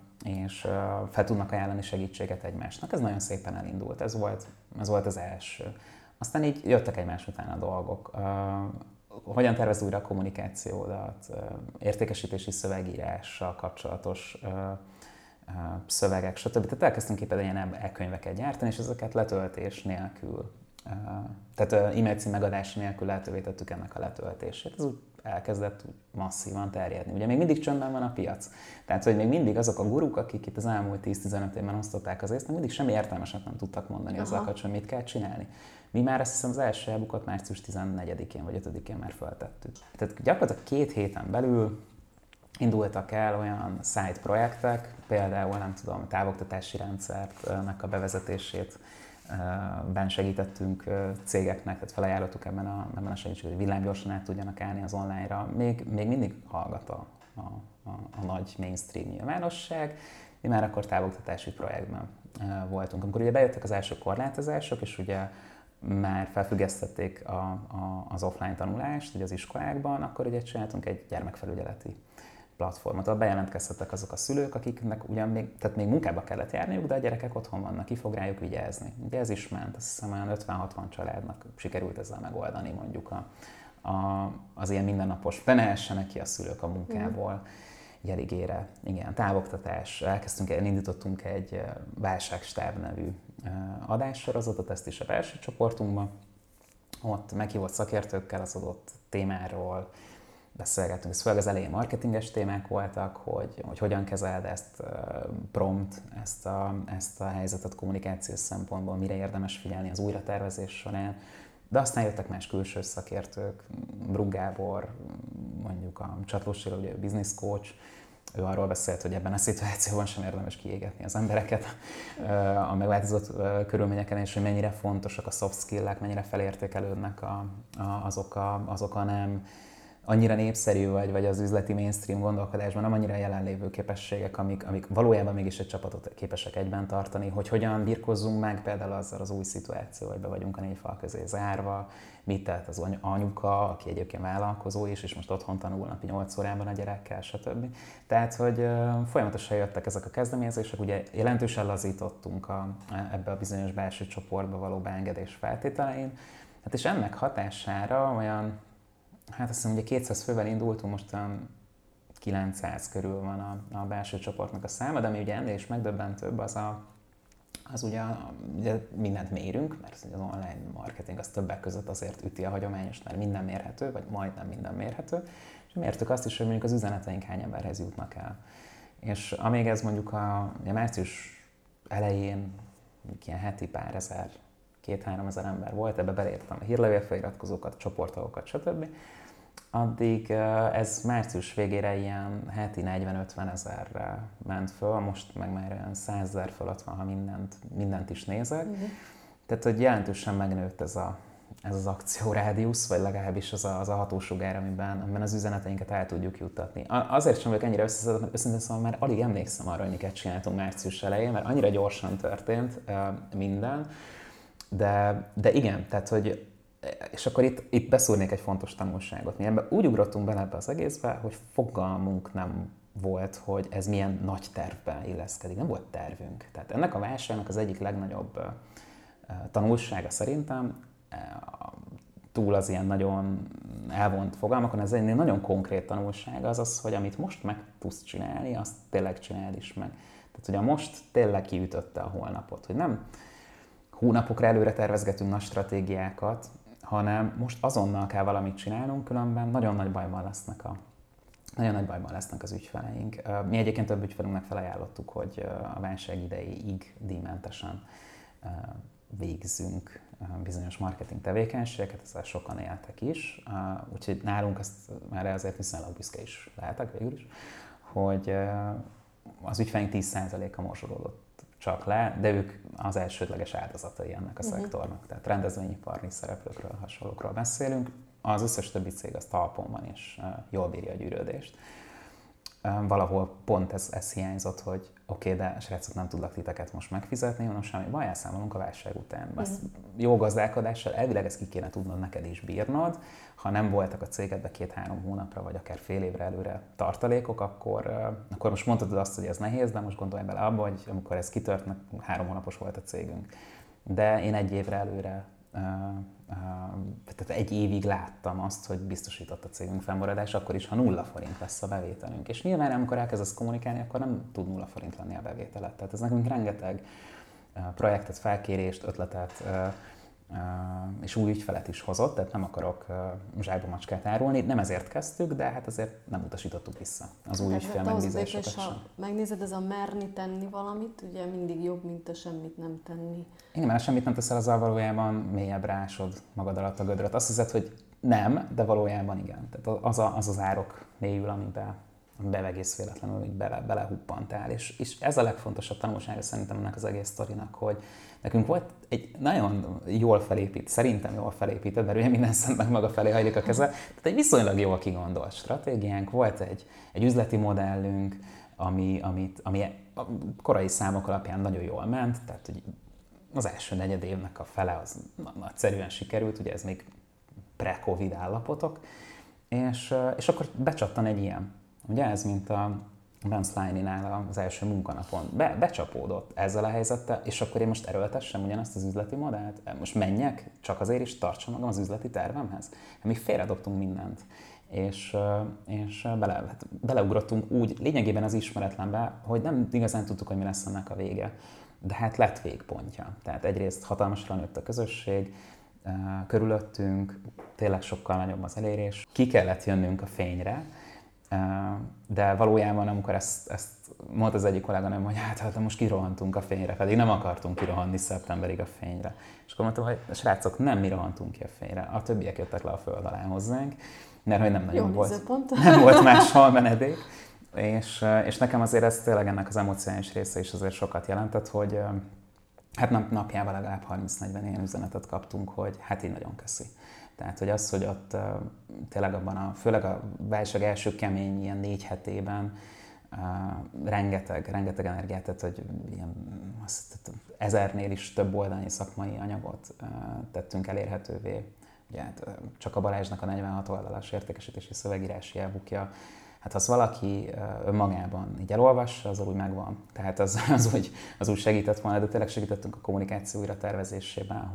fel tudnak ajánlani segítséget egymásnak. Ez nagyon szépen elindult, ez volt az első. Aztán így jöttek egymás után a dolgok. Hogyan tervez újra a kommunikációdat, értékesítési szövegírással kapcsolatos szövegek, stb. Tehát elkezdtünk ki például ilyen e-könyveket gyártani, és ezeket letöltés nélkül, tehát e-mail cím megadása nélkül lehetővé tettük ennek a letöltését. Ez úgy elkezdett masszívan terjedni. Ugye még mindig csöndben van a piac. Tehát, hogy még mindig azok a guruk, akik itt az elmúlt 10-15 évben osztották az észt, mindig semmi értelmeset nem tudtak mondani azzal kapcsolatban, hogy mit kell csinálni. Mi már azt hiszem az első e-bookot március 14-én vagy 5-én már feltettük. Tehát gyakorlatilag 2 héten belül indultak el olyan side projektek, például nem tudom, távoktatási rendszernek a bevezetését segítettünk cégeknek, tehát felajánlottuk ebben a segítséget, hogy villámgyorsan át tudjanak állni az online-ra. Még mindig hallgat a nagy mainstream nyilvánosság. Mi már akkor távoktatási projektben voltunk. Amikor ugye bejöttek az első korlátozások, és ugye már felfüggesztették az offline tanulást ugye az iskolákban, akkor ugye csináltunk egy gyermekfelügyeleti platformot. Ott bejelentkezhettek azok a szülők, akiknek ugyan még munkába kellett járniuk, de a gyerekek otthon vannak, ki fog rájuk vigyázni. Ugye ez is ment, azt hiszem olyan 50-60 családnak sikerült ezzel megoldani mondjuk az ilyen mindennapos, de ne essenek ki a szülők a munkából. Gyerigére, igen, távoktatás, elindítottunk egy válságstáb nevű adássorozatot, ezt is a belső csoportunkban. Ott meghívott szakértőkkel az adott témáról beszélgettünk, ez főleg az elején marketinges témák voltak, hogy hogyan kezeld ezt prompt, ezt a helyzetet kommunikációs szempontból, mire érdemes figyelni az újratervezés során. De aztán jöttek más külső szakértők, Brugg Gábor, mondjuk a Csatlós Csilla, ugye a business coach, ő arról beszélt, hogy ebben a szituációban sem érdemes kiégetni az embereket a megváltozott körülményeken, és hogy mennyire fontosak a soft skill-ek, mennyire felértékelődnek azok a nem annyira népszerű vagy az üzleti mainstream gondolkodásban nem annyira jelenlévő képességek, amik valójában mégis egy csapatot képesek egyben tartani, hogy hogyan birkozzunk meg például azzal az új szituáció, hogy be vagyunk a 4 fal közé zárva, mit tehet az anyuka, aki egyébként vállalkozó is, és most otthon tanul napi 8 órában a gyerekkel, stb. Tehát, hogy folyamatosan jöttek ezek a kezdeményezések, ugye jelentősen lazítottunk ebbe a bizonyos belső csoportba való beengedés feltételein, hát és ennek hatására olyan, hát azt hiszem, ugye 200 fővel indultunk, most 900 körül van a belső csoportnak a száma, de ami ugye ennél is megdöbbentőbb, az ugye mindent mérünk, mert az online marketing az többek között azért üti a hagyományos, mert minden mérhető, vagy majdnem minden mérhető, és mértük azt is, hogy mondjuk az üzeneteink hány emberhez jutnak el. És amíg ez mondjuk a március elején ilyen heti pár ezer, 2-3 ezer ember volt, ebbe beleértem a hírlevélfeliratkozókat, csoporttagokat, stb. Addig ez március végére ilyen heti 40-50 ezerre ment föl, most meg már olyan 100 000 fölött van, ha mindent is nézek. Tehát, hogy jelentősen megnőtt ez az akciórádiusz, vagy legalábbis az a hatósugár, amiben az üzeneteinket el tudjuk juttatni. Azért sem vagyok ennyire őszintén, szóval már alig emlékszem arra, hogy miket csináltunk március elején, mert annyira gyorsan történt minden. De igen, tehát, hogy és akkor itt beszúrnék egy fontos tanulságot. Mi ebben úgy ugrottunk bele ebbe az egészbe, hogy fogalmunk nem volt, hogy ez milyen nagy tervbe illeszkedik. Nem volt tervünk. Tehát ennek a válságnak az egyik legnagyobb tanulsága szerintem, túl az ilyen nagyon elvont fogalmakon, ez egy nagyon konkrét tanulság az, hogy amit most meg tudsz csinálni, azt tényleg csináld is meg. Tehát, hogy a most tényleg kiütötte a holnapot, hogy nem hónapokra előre tervezgetünk nagy stratégiákat, hanem most azonnal kell valamit csinálnunk, különben nagyon nagy bajban lesznek az ügyfeleink. Mi egyébként több ügyfelünknek felajánlottuk, hogy a válság idejéig díjmentesen végzünk bizonyos marketing tevékenységeket, ezzel sokan éltek is, úgyhogy nálunk ezt már azért viszonylag büszke is lehetek végül is, hogy az ügyfeleink 10%-a morzsolódott csak le, de ők az elsődleges áldozatai ennek a szektornak. Tehát rendezvényipari szereplőkről, hasonlókról beszélünk. Az összes többi cég az talpon van, és jól bírja a gyűrődést. Valahol pont ez hiányzott, hogy oké, de srácok, nem tudlak titeket most megfizetni, hanem semmi baj, elszámolunk a válság után. Ezt jó gazdálkodással elvileg ezt ki kéne tudnod neked is bírnod. Ha nem voltak a cégedbe 2-3 hónapra, vagy akár fél évre előre tartalékok, akkor most mondhatod azt, hogy ez nehéz, de most gondolj bele abba, hogy amikor ez kitört, 3 hónapos volt a cégünk. De én 1 évre előre, tehát 1 évig láttam azt, hogy biztosított a cégünk fennmaradás, akkor is, ha 0 forint lesz a bevételünk. És nyilván, amikor elkezdesz kommunikálni, akkor nem tud 0 forint lenni a bevételet. Tehát ez nekünk rengeteg projektet, felkérést, ötletet és új ügyfelet is hozott, tehát nem akarok zsákba macskát árulni. Nem ezért kezdtük, de hát azért nem utasítottuk vissza az új ügyfél megbízásokat sem. Ha megnézed, ez a merni tenni valamit, ugye mindig jobb, mint a semmit nem tenni. Igen, mert semmit nem teszel, azzal valójában mélyebbre ásod magad alatt a gödröt. Azt hiszed, hogy nem, de valójában igen. Tehát az árok mélyül, amiben egész véletlenül belehuppantál. És ez a legfontosabb tanulsága szerintem ennek az egész sztorinak, hogy nekünk volt egy nagyon szerintem jól felépített, mert ugye minden szentnek maga felé hajlik a keze, tehát egy viszonylag jól kigondolt stratégiánk, volt egy üzleti modellünk, ami a korai számok alapján nagyon jól ment, tehát hogy az első negyed évnek a fele az nagyszerűen sikerült, ugye ez még pre-covid állapotok, és akkor becsattan egy ilyen. Ugye ez, mint a Ben Sliney-nál az első munkanapon becsapódott ezzel a helyzettel, és akkor én most erőltessem ugyanezt az üzleti modellt? Most menjek, csak azért is tartsam magam az üzleti tervemhez? Mi félredobtunk mindent, és beleugrottunk úgy lényegében az ismeretlenbe, hogy nem igazán tudtuk, hogy mi lesz ennek a vége. De hát lett végpontja. Tehát egyrészt hatalmasra nőtt a közösség, körülöttünk, tényleg sokkal nagyobb az elérés. Ki kellett jönnünk a fényre, de valójában, amikor ezt mondta az egyik kolléganőm, hogy hát most kirohantunk a fényre, pedig nem akartunk kirohanni szeptemberig a fényre. És akkor mondtam, hogy srácok, nem mi rohantunk ki a fényre, a többiek jöttek le a föld alá hozzánk, mert hogy nem nagyon volt más menedék. És nekem azért ez tényleg ennek az emocionális része is azért sokat jelentett, hogy hát napjában legalább 30-40 ilyen üzenetet kaptunk, hogy hát így nagyon köszi. Tehát, hogy az, hogy ott tényleg főleg a válság első kemény ilyen 4 hetében rengeteg energiát, tehát hogy ilyen 1000-nél is több oldalnyi szakmai anyagot tettünk elérhetővé. Ugye, hát csak a Balázsnak a 46 oldalas értékesítési szövegírási e-bookja, hát ha az valaki önmagában így elolvassa, az úgy megvan. Tehát az úgy segített volna, de tényleg segítettünk a kommunikáció újra tervezésében,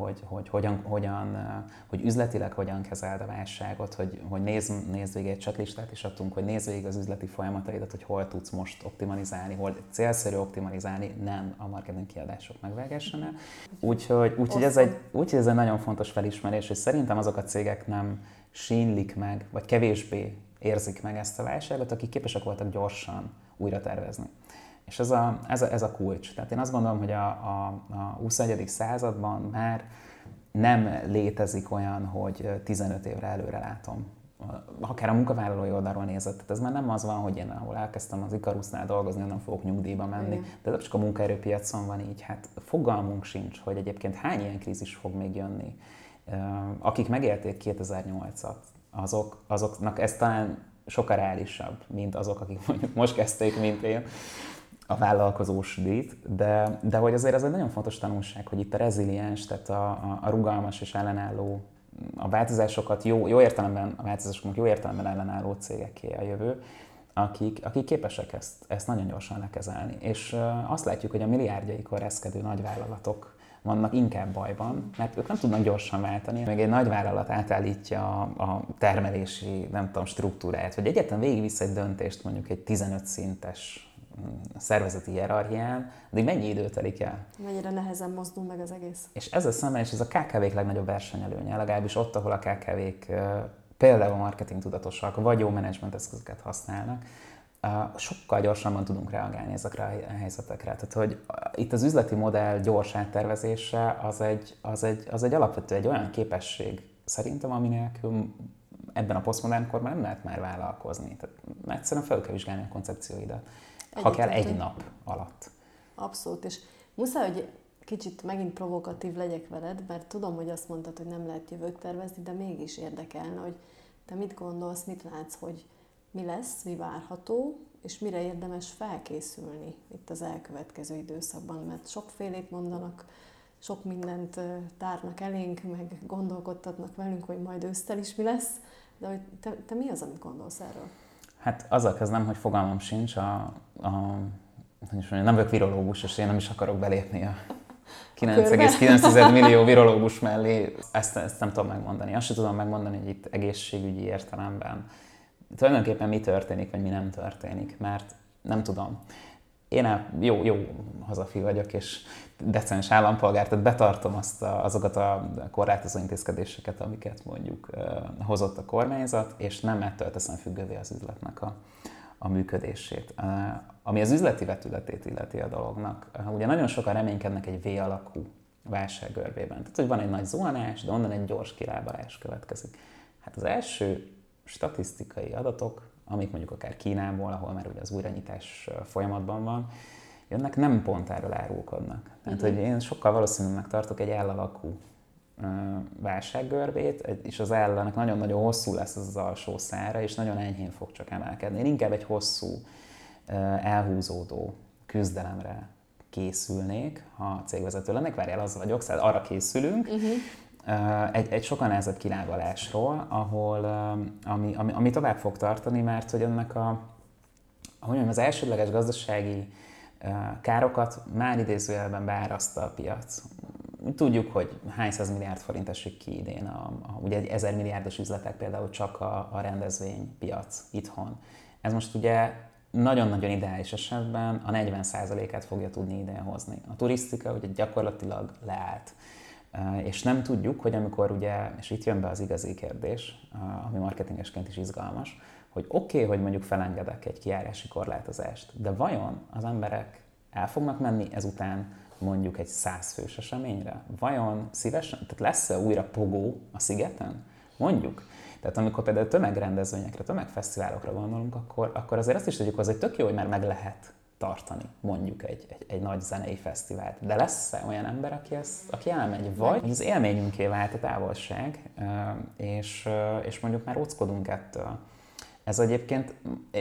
hogy üzletileg hogyan kezeld a válságot, hogy nézd végig egy checklistát is adtunk, hogy nézd végig az üzleti folyamataidat, hogy hol tudsz most optimalizálni, hol célszerű optimalizálni, nem a marketing kiadások megvágására. Úgyhogy ez egy nagyon fontos felismerés, hogy szerintem azok a cégek nem sínlik meg, vagy kevésbé érzik meg ezt a válságot, akik képesek voltak gyorsan újra tervezni. És ez a kulcs. Tehát én azt gondolom, hogy a 21. században már nem létezik olyan, hogy 15 évre előre látom. Akár a munkavállalói oldalról nézett. Tehát ez már nem az van, hogy én ahol elkezdtem az Ikarusznál dolgozni, onnan fogok nyugdíjba menni. De csak a munkaerőpiacon van így. Hát fogalmunk sincs, hogy egyébként hány ilyen krízis fog még jönni. Akik megélték 2008-at, azoknak ez talán sokkal reálisabb, mint azok, akik mondjuk most kezdték, mint én, a vállalkozós díjt, de hogy azért ez egy nagyon fontos tanulság, hogy itt a reziliens, tehát a rugalmas és ellenálló, a változásokat jó értelemben ellenálló cégeké a jövő, akik képesek ezt nagyon gyorsan lekezelni. És azt látjuk, hogy a milliárdjaikon reszkedő nagyvállalatok vannak inkább bajban, mert ők nem tudnak gyorsan váltani. Még egy nagyvállalat átállítja a termelési, struktúráját, vagy egyáltalán végigvisz egy döntést mondjuk egy 15 szintes szervezeti hierarchián, addig mennyi idő telik el? Mennyire nehezen mozdul meg az egész. És ezzel szemben is ez a KKV-k legnagyobb versenyelőnye, legalábbis ott, ahol a KKV-k például marketing tudatosak, vagy jó menedzsment eszközöket használnak, sokkal gyorsabban tudunk reagálni ezekre a helyzetekre. Tehát, hogy itt az üzleti modell gyors áttervezése az egy alapvető, egy olyan képesség szerintem, ami nélkül ebben a posztmodern korban nem lehet már vállalkozni. Tehát egyszerűen fel kell vizsgálni a koncepcióidat, ha kell egy nap alatt. Abszolút, és muszáj, hogy kicsit megint provokatív legyek veled, mert tudom, hogy azt mondtad, hogy nem lehet jövőt tervezni, de mégis érdekelne, hogy te mit gondolsz, mit látsz, hogy mi lesz, mi várható, és mire érdemes felkészülni itt az elkövetkező időszakban, mert sokfélét mondanak, sok mindent tárnak elénk, meg gondolkodtatnak velünk, hogy majd ősztel is mi lesz, de hogy te mi az, amit gondolsz erről? Hát azzal kezdem, hogy fogalmam sincs, nem vagyok virológus, és én nem is akarok belépni a 9,9 millió virológus mellé. Ezt nem tudom megmondani. Azt sem tudom megmondani, hogy itt egészségügyi értelemben tulajdonképpen mi történik, vagy mi nem történik, mert nem tudom. Én jó hazafi vagyok, és decens állampolgár, tehát betartom azokat a korlátozó intézkedéseket, amiket mondjuk hozott a kormányzat, és nem ettől teszem függővé az üzletnek a működését. Ami az üzleti vetületét illeti a dolognak, ugye nagyon sokan reménykednek egy V-alakú válsággörbében. Tehát, hogy van egy nagy zuhanás, de onnan egy gyors kilábalás következik. Hát az első statisztikai adatok, amik mondjuk akár Kínából, ahol már ugye az újranyitás folyamatban van, jönnek, nem pont erről árulkodnak. Tehát, hogy én sokkal valószínűleg tartok egy L-alakú válsággörbét, és az L-nek nagyon-nagyon hosszú lesz az alsó szára, és nagyon enyhén fog csak emelkedni. Én inkább egy hosszú, elhúzódó küzdelemre készülnék, ha cégvezető lennék, várjál, az vagyok, szóval arra készülünk, egy sokkal nehezebb kilábalásról, ami tovább fog tartani, mert hogy ennek az elsődleges gazdasági károkat már idézőjelben beáraszta a piac. Tudjuk, hogy hány 100 milliárd forint esik ki idén, ugye egy 1000 milliárdos üzletek például csak a rendezvénypiac itthon. Ez most ugye nagyon-nagyon ideális esetben a 40%-át fogja tudni idén hozni. A turisztika ugye gyakorlatilag leállt. És nem tudjuk, hogy amikor ugye, és itt jön be az igazi kérdés, ami marketingesként is izgalmas, hogy oké, hogy mondjuk felengedek egy kijárási korlátozást, de vajon az emberek el fognak menni ezután mondjuk egy 100 fős eseményre? Vajon szívesen? Tehát lesz-e újra pogó a szigeten? Mondjuk. Tehát amikor például tömegrendezvényekre, tömegfesztiválokra gondolunk, akkor azért azt is tudjuk hozzá, hogy tök jó, hogy már meg lehet tartani mondjuk egy nagy zenei fesztivált. De lesz olyan ember, aki elmegy, vagy az élményünké vált a távolság, és mondjuk már óckodunk ettől. Ez egyébként,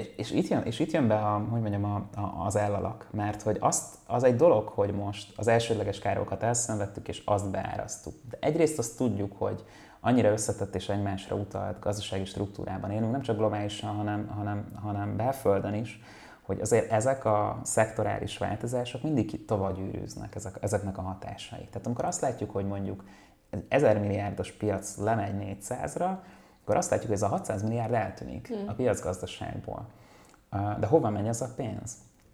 és itt jön be az ellalak, mert hogy az egy dolog, hogy most az elsődleges károkat elszenvedtük, és azt beárasztuk. De egyrészt azt tudjuk, hogy annyira összetett és egymásra utalt gazdasági struktúrában élünk, nem csak globálisan, hanem belföldön is, hogy azért ezek a szektorális változások mindig tovább gyűrűznek ezeknek a hatásai. Tehát amikor azt látjuk, hogy mondjuk egy 1000 milliárdos piac lemegy 400-ra, akkor azt látjuk, hogy ez a 600 milliárd eltűnik a piacgazdaságból. De hova megy ez a pénz?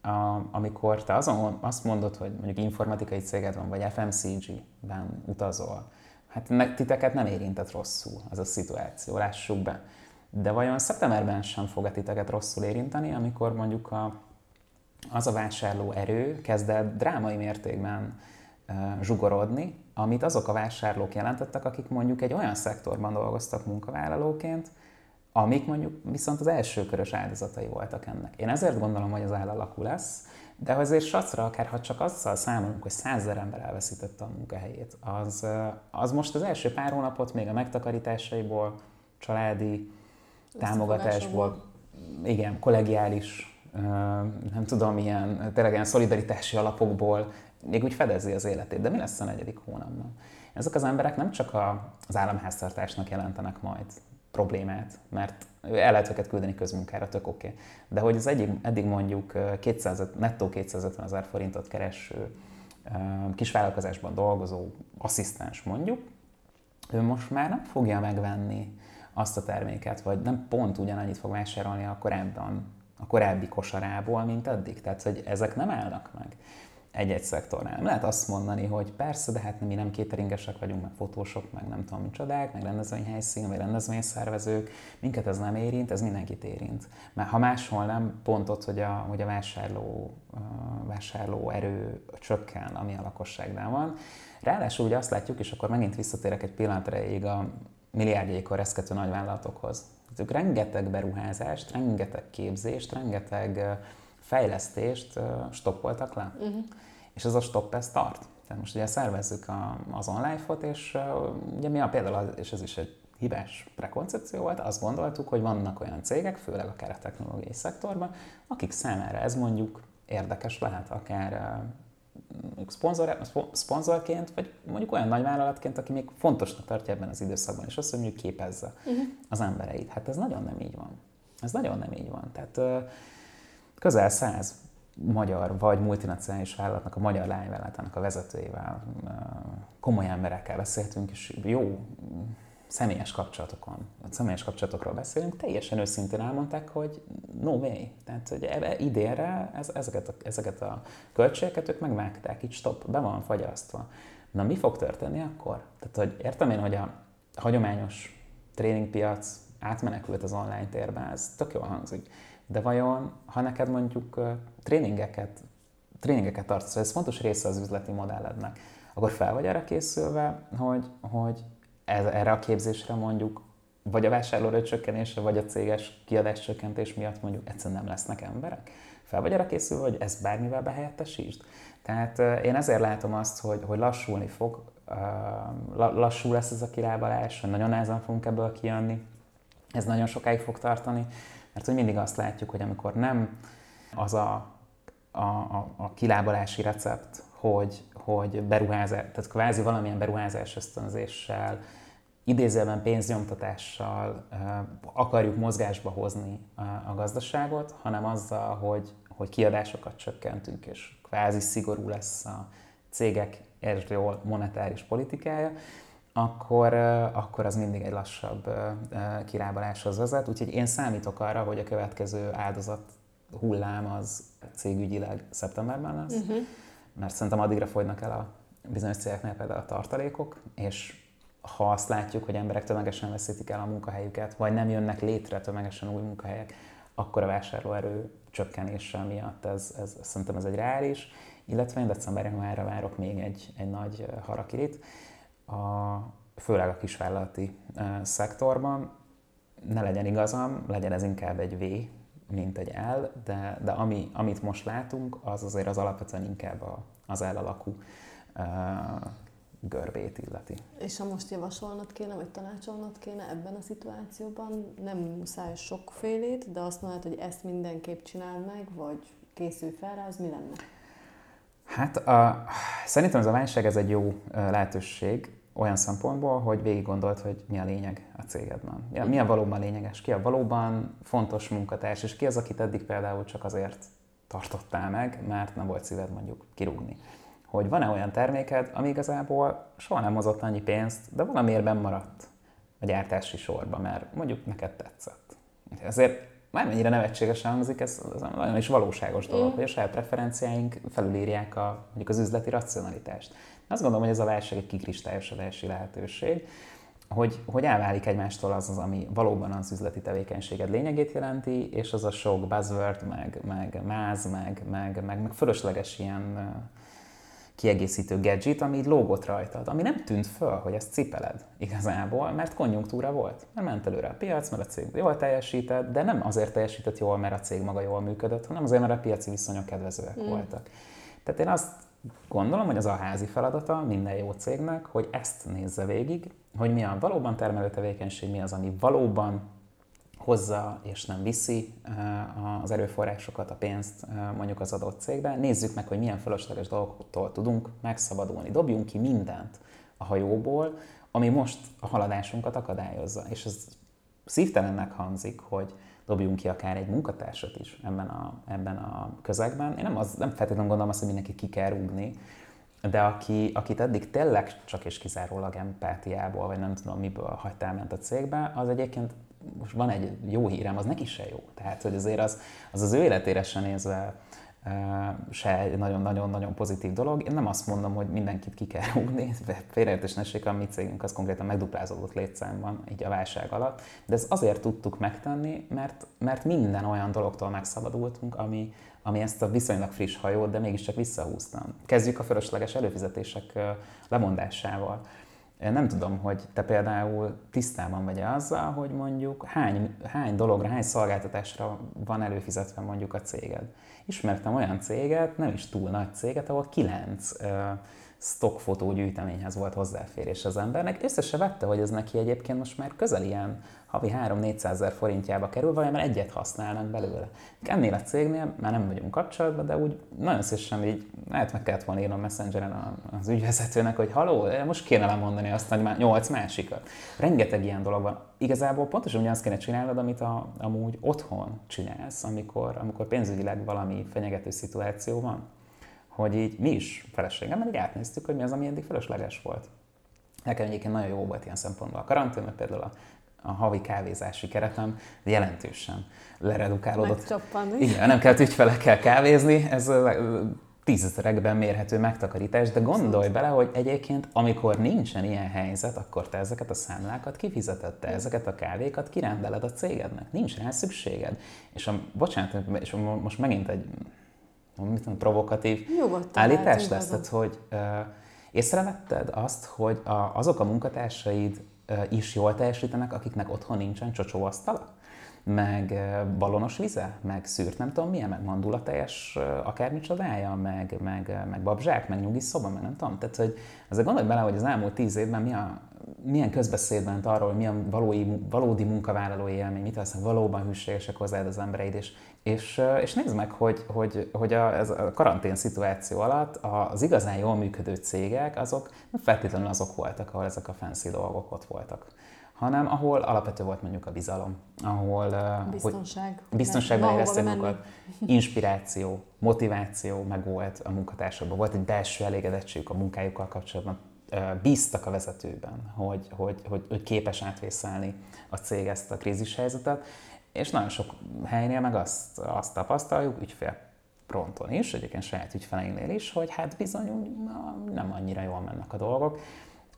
Amikor te azt mondod, hogy mondjuk informatikai céged van, vagy FMCG-ben utazol, hát titeket nem érintett rosszul az a szituáció, lássuk be. De vajon szeptemberben sem fog titeket rosszul érinteni, amikor mondjuk az a vásárló erő kezd el drámai mértékben zsugorodni, amit azok a vásárlók jelentettek, akik mondjuk egy olyan szektorban dolgoztak munkavállalóként, amik mondjuk viszont az elsőkörös áldozatai voltak ennek. Én ezért gondolom, hogy az állalakú lesz, de azért sacra, akár ha csak azzal számolunk, hogy 100 000 ember elveszítette a munkahelyét, az most az első pár hónapot még a megtakarításaiból, családi támogatásból, igen, kollegiális, nem tudom, tényleg ilyen szolidaritási alapokból még úgy fedezi az életét. De mi lesz a 4. hónapban? Ezek az emberek nem csak az államháztartásnak jelentenek majd problémát, mert el lehet őket küldeni közmunkára, tök oké. De hogy az eddig mondjuk nettó 250 000 forintot kereső kisvállalkozásban dolgozó asszisztens mondjuk, ő most már nem fogja megvenni azt a terméket, vagy nem pont ugyanannyit fog vásárolni a korábbi kosarából, mint eddig. Tehát, hogy ezek nem állnak meg egy-egy szektornál. Nem lehet azt mondani, hogy persze, de hát mi nem cateringesek vagyunk, meg fotósok, meg nem tudom micsodák, meg rendezvényhelyszín, vagy rendezvényszervezők, minket ez nem érint, ez mindenkit érint. Mert ha máshol nem pont ott, hogy a vásárló erő csökken, ami a lakosságnál van. Ráadásul ugye azt látjuk, és akkor megint visszatérek egy pillanatra a milliárdjaikon reszkető nagyvállalatokhoz. Ők rengeteg beruházást, rengeteg képzést, rengeteg fejlesztést stoppoltak le. És ez a stopp, ez tart. Tehát most ugye szervezzük az online-ot, és ugye mi például, és ez is egy hibás prekoncepció volt, azt gondoltuk, hogy vannak olyan cégek, főleg akár a technológiai szektorban, akik számára ez mondjuk érdekes lehet, akár szponzorként, vagy mondjuk olyan nagyvállalatként, aki még fontosnak tartja ebben az időszakban, és azt mondjuk képezze az embereit. Hát ez nagyon nem így van. Ez nagyon nem így van. Tehát közel 100 magyar vagy multinacionális vállalatnak, a magyar lányvállalatának a vezetőivel, komoly emberekkel beszéltünk, és jó személyes kapcsolatokról beszélünk, teljesen őszintén elmondták, hogy no way. Tehát, hogy idénre ezeket a költségeket ők megvágták, így stop, be van fagyasztva. Na mi fog történni akkor? Tehát, hogy értem én, hogy a hagyományos tréningpiac átmenekült az online térbe, ez tök jól hangzik. De vajon, ha neked mondjuk tréningeket tartasz, ez fontos része az üzleti modellednek, akkor fel vagy arra készülve, hogy erre a képzésre mondjuk, vagy a vásárlóerő csökkenésre, vagy a céges kiadás csökkentés miatt mondjuk egyszerűen nem lesznek emberek? Fel vagy arra készülve, hogy ezt bármivel behelyettesítsd? Tehát én ezért látom azt, hogy lassulni fog, lassú lesz ez a kilábalás, hogy nagyon nehezen fogunk ebből kijönni, ez nagyon sokáig fog tartani, mert hogy mindig azt látjuk, hogy amikor nem az a kilábalási recept, hogy beruházás, tehát kvázi valamilyen beruházás ösztönzéssel, idézőben pénznyomtatással akarjuk mozgásba hozni a gazdaságot, hanem azzal, hogy kiadásokat csökkentünk, és kvázi szigorú lesz a cégek erről monetáris politikája, akkor az mindig egy lassabb kilábaláshoz vezet. Úgyhogy én számítok arra, hogy a következő áldozat hullám az cégügyileg szeptemberben lesz, mert szerintem addigra fogynak el a bizonyos cégeknél például a tartalékok, és ha azt látjuk, hogy emberek tömegesen veszítik el a munkahelyüket, vagy nem jönnek létre tömegesen új munkahelyek, akkor a vásárlóerő csökkenése miatt szerintem ez egy reális, illetve én december-januárra várok még egy nagy harakirit, főleg a kisvállalati szektorban. ne legyen igazam, legyen ez inkább egy V, mint egy L, de amit most látunk, az azért az alapvetően inkább az L alakú görbét illeti. És ha most javasolnod kéne, vagy tanácsolnod kéne ebben a szituációban, nem muszáj sokfélét, de azt mondod, hogy ezt mindenképp csináld meg, vagy készülj fel rá, az mi lenne? Hát szerintem ez a válság ez egy jó lehetőség olyan szempontból, hogy végig gondold, hogy mi a lényeg a cégedben. Mi a valóban lényeges, ki a valóban fontos munkatárs, és ki az, akit eddig például csak azért tartottál meg, mert nem volt szíved mondjuk kirúgni. Hogy van-e olyan terméked, ami igazából soha nem hozott annyi pénzt, de valamiért benn maradt a gyártási sorba, mert mondjuk neked tetszett. Ezért bármennyire nevetségesen hangzik, ez nagyon is valóságos dolog, hogy a saját preferenciáink felülírják mondjuk az üzleti racionalitást. Azt gondolom, hogy ez a válság egy kikristályosodási lehetőség, hogy elválik egymástól az, ami valóban az üzleti tevékenységed lényegét jelenti, és az a sok buzzword, meg máz, meg fölösleges ilyen kiegészítő gadget, ami így lógott rajtad, ami nem tűnt föl, hogy ezt cipeled igazából, mert konjunktúra volt. Mert ment előre a piac, mert a cég jól teljesített, de nem azért teljesített jól, mert a cég maga jól működött, hanem azért, mert a piaci viszonyok kedvezőek voltak. Tehát én azt gondolom, hogy az a házi feladata minden jó cégnek, hogy ezt nézze végig, hogy mi a valóban termelő tevékenység, mi az, ami valóban hozza és nem viszi az erőforrásokat, a pénzt mondjuk az adott cégbe. Nézzük meg, hogy milyen fölösleges dolgoktól tudunk megszabadulni. Dobjunk ki mindent a hajóból, ami most a haladásunkat akadályozza. És ez szívtelennek hangzik, hogy dobjunk ki akár egy munkatársat is ebben a közegben. Én nem feltétlenül gondolom azt, hogy mindenki ki kell rúgni, de akit eddig tényleg csak és kizárólag empátiából, vagy nem tudom miből hagytál ment a cégbe, az egyébként most van egy jó hírem, az neki se jó. Tehát, hogy azért az ő életére se nézve se egy nagyon-nagyon pozitív dolog. Én nem azt mondom, hogy mindenkit ki kell rúgni, félreértés ne essék, a mi cégünk az konkrétan megduplázódott létszámban így a válság alatt, de ezt azért tudtuk megtenni, mert minden olyan dologtól megszabadultunk, ami ezt a viszonylag friss hajót, de mégiscsak visszahúztam. Kezdjük a fölösleges előfizetések lemondásával. Nem tudom, hogy te például tisztában vagy azzal, hogy mondjuk hány dologra, hány szolgáltatásra van előfizetve mondjuk a céged. Ismertem olyan céget, nem is túl nagy céget, ahol 9 stockfotó gyűjteményhez volt hozzáférés az embernek. Össze se vette, hogy ez neki egyébként most már közel ilyen havi 3-400 ezer forintjába kerül, valami egyet használnak belőle. Ennél a cégnél már nem vagyunk kapcsolatban, de úgy nagyon szívesen így lehet meg kellett volna írnom Messengeren az ügyvezetőnek, hogy haló, most kéne lemondani azt, hogy már 8 másikat. Rengeteg ilyen dolog van. Igazából pontosan ugyanazt kéne csinálnod, amit amúgy otthon csinálsz, amikor pénzügyileg valami fenyegető szituáció van. Hogy így mi is feleségemmel így átnéztük, hogy mi az, ami eddig felesleges volt. Nekem egyébként nagyon jó volt ilyen szempontból a karantén, mert például a havi kávézási keretem jelentősen leredukálódott. Megcsappan. Igen, nem kellett ügyfelekkel kávézni, ez 10 000-ekben mérhető megtakarítás, de gondolj bele, hogy egyébként amikor nincsen ilyen helyzet, akkor te ezeket a számlákat kifizeted, te ezeket a kávékat kirendeled a cégednek, nincs rá szükséged. És bocsánat, és most megint egy provokatív állítás lesz, tehát, hogy észrevetted azt, hogy azok a munkatársaid is jól teljesítenek, akiknek otthon nincsen csocsóasztala, meg balonos vize, meg szűrt nem tudom milyen, meg mandulatejes akármicsodája, meg babzsák, meg nyugis szoba, meg nem tudom. Tehát, hogy ezzel gondolj bele, hogy az elmúlt 10 évben milyen közbeszéd ment arról, hogy milyen valódi munkavállalói élmény, mit vesznek, valóban hűségesek hozzád az embereid, és nézd meg, hogy ez a karantén szituáció alatt az igazán jól működő cégek, azok nem feltétlenül azok voltak, ahol ezek a fancy dolgok ott voltak, hanem ahol alapvető volt mondjuk a bizalom, ahol biztonságban érezték magukat, inspiráció, motiváció meg volt a munkatársakban, volt egy belső elégedettségük a munkájukkal kapcsolatban, bíztak a vezetőben, hogy képes átvészelni a cég ezt a krízishelyzetet, és nagyon sok helynél meg azt tapasztaljuk, ügyfélfronton is, egyébként saját ügyfeleinknél is, hogy hát bizony nem annyira jól mennek a dolgok.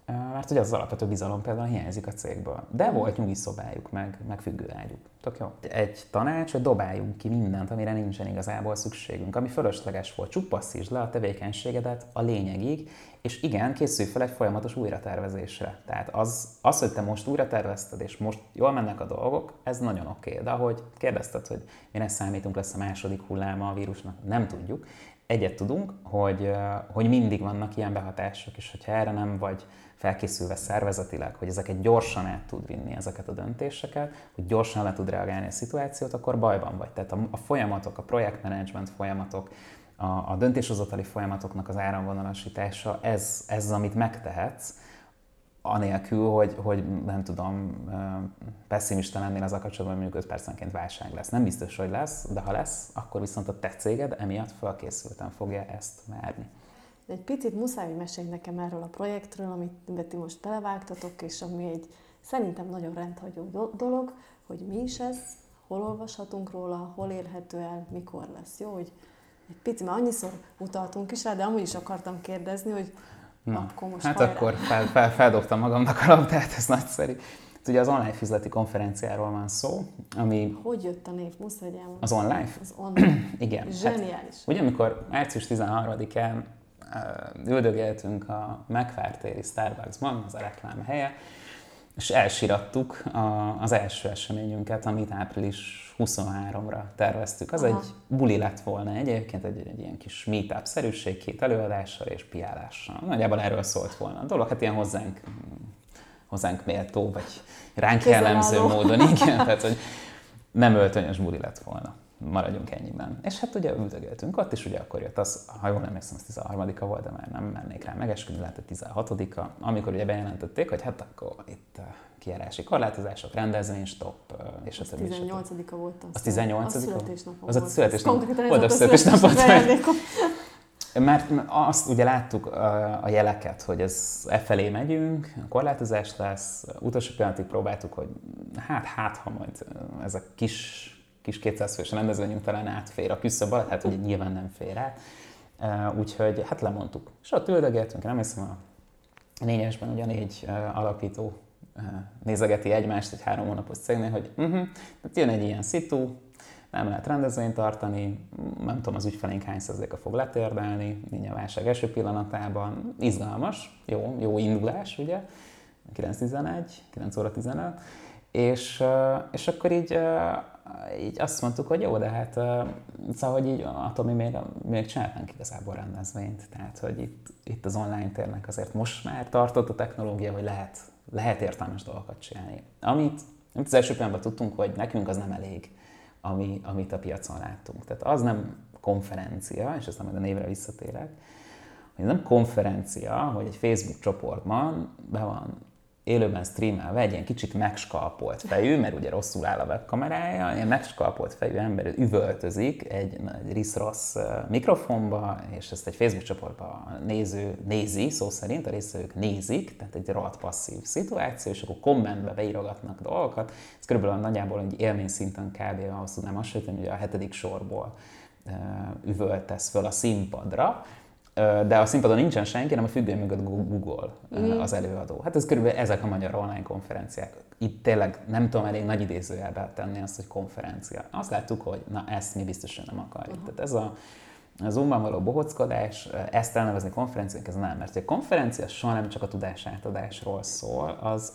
mert ugye az alapvető bizalom például hiányzik a cégből. De volt nyugi szobájuk, meg függőágyuk. Tök jó. Egy tanács, hogy dobáljunk ki mindent, amire nincsen igazából szükségünk, ami fölösleges volt. Csupasszítsd le a tevékenységedet a lényegig, és igen, készülj fel egy folyamatos újratervezésre. Tehát az, hogy te most újratervezted, és most jól mennek a dolgok, ez nagyon oké. De ahogy kérdezted, hogy mire számítunk lesz a második hulláma a vírusnak, nem tudjuk. Egyet tudunk, hogy mindig vannak ilyen behatások, és hogyha erre nem vagy felkészülve szervezetileg, hogy ezeket gyorsan át tud vinni ezeket a döntéseket, hogy gyorsan le tud reagálni a szituációt, akkor bajban vagy. Tehát a folyamatok, a projektmenedzsment folyamatok, a döntéshozatali folyamatoknak az áramvonalasítása, ez amit megtehetsz, anélkül, hogy nem tudom, pessimista lennél az a kapcsolatban, hogy mondjuk 5 percenként válság lesz. Nem biztos, hogy lesz, de ha lesz, akkor viszont a te céged emiatt felkészülten fogja ezt várni. De egy picit muszáj, hogy mesélj nekem erről a projektről, amit ti most belevágtatok, és ami egy szerintem nagyon rendhagyó dolog, hogy mi is ez, hol olvashatunk róla, hol érhető el, mikor lesz. Jó, hogy egy picit, mert annyiszor utaltunk is rá, de amúgy is akartam kérdezni, hogy akkor most hát akkor feldobtam magamnak a labdát, ez nagyszerű. Ugye az online üzleti konferenciáról van szó, ami... Hogy jött a név? Muszáj, hogy elmondani. Az online? Az online. Igen. Zseniális. Hát, ugye amikor március 13-án üldögéltünk a Megvár téri Starbucksban, az a reklám helye, és elsirattuk az első eseményünket, amit április 23-ra terveztük. Az egy buli lett volna egyébként, egy ilyen kis meetup-szerűség, 2 előadással és piálással. Nagyjából erről szólt volna a dolog, hát ilyen hozzánk méltó, vagy ránk jellemző módon, igen, tehát hogy nem öltönyös buli lett volna. Maradjunk ennyiben. És hát ugye üldögéltünk ott, és ugye akkor jött az, ha jól emlékszem, az 13-a volt, de már nem mennék rá megesküdni, lehet, hogy 16-a, amikor ugye bejelentették, hogy hát akkor itt kijárási korlátozások, rendezvény, stop, és az 18-a volt. Az 18-a? Az születésnapom volt. Az a születésnapom. Konkrétan Volt a születésnapot. Mert azt ugye láttuk a jeleket, hogy ez felé megyünk, korlátozás lesz, utolsó pillanatig próbáltuk, hogy ha majd ez a kis 200 fős rendezvényünk talán átfér a küszöb alatt, hát ugye nyilván nem fér át. Úgyhogy hát lemondtuk. És ott üldögéltünk, nem hiszem a 4-esben ugye 4 alapító nézegeti egymást egy 3 hónapos cégnél, hogy jön egy ilyen szitu, nem lehet rendezvényt tartani, nem tudom, az ügyfeleink hány százaléka fog letérdelni, így a válság első pillanatában. Izgalmas, jó indulás, ugye, 9 óra 15, és akkor így azt mondtuk, hogy jó, de hát szóval, hogy így attól mi még csinálnánk igazából rendezvényt. Tehát, hogy itt az online térnek azért most már tartott a technológia, hogy lehet értelmes dolgokat csinálni. Amit az első pillanatban tudtunk, hogy nekünk az nem elég, amit a piacon láttunk. Tehát az nem konferencia, és aztán majd a névre visszatérek, hogy nem konferencia, hogy egy Facebook csoportban be van élőben streamelve egy ilyen kicsit megskalpolt fejű, mert ugye rosszul áll a webkamerája, ilyen megskalpolt fejű ember üvöltözik egy risz-rossz mikrofonba, és ezt egy Facebook csoportban nézi, szó szerint, a résztvevők nézik, tehát egy rohadt passzív szituáció, és akkor kommentbe beírogatnak dolgokat. Ez körülbelül nagyjából egy élmény szinten kb. Ahhoz tudnám hasonlítani, hogy a 7. sorból üvöltesz föl a színpadra, de a színpadon nincsen senki, hanem a függöny mögött Google az előadó. Hát ez körülbelül ezek a magyar online konferenciák. Itt tényleg nem tudom elég nagy idézőjelbe tenni azt, hogy konferencia. Azt láttuk, hogy na ezt mi biztosan nem akarjuk. Tehát ez a Zoomban való bohockodás, ezt elnevezni konferenciának, ez nem. Mert egy konferencia soha nem csak a tudás átadásról szól,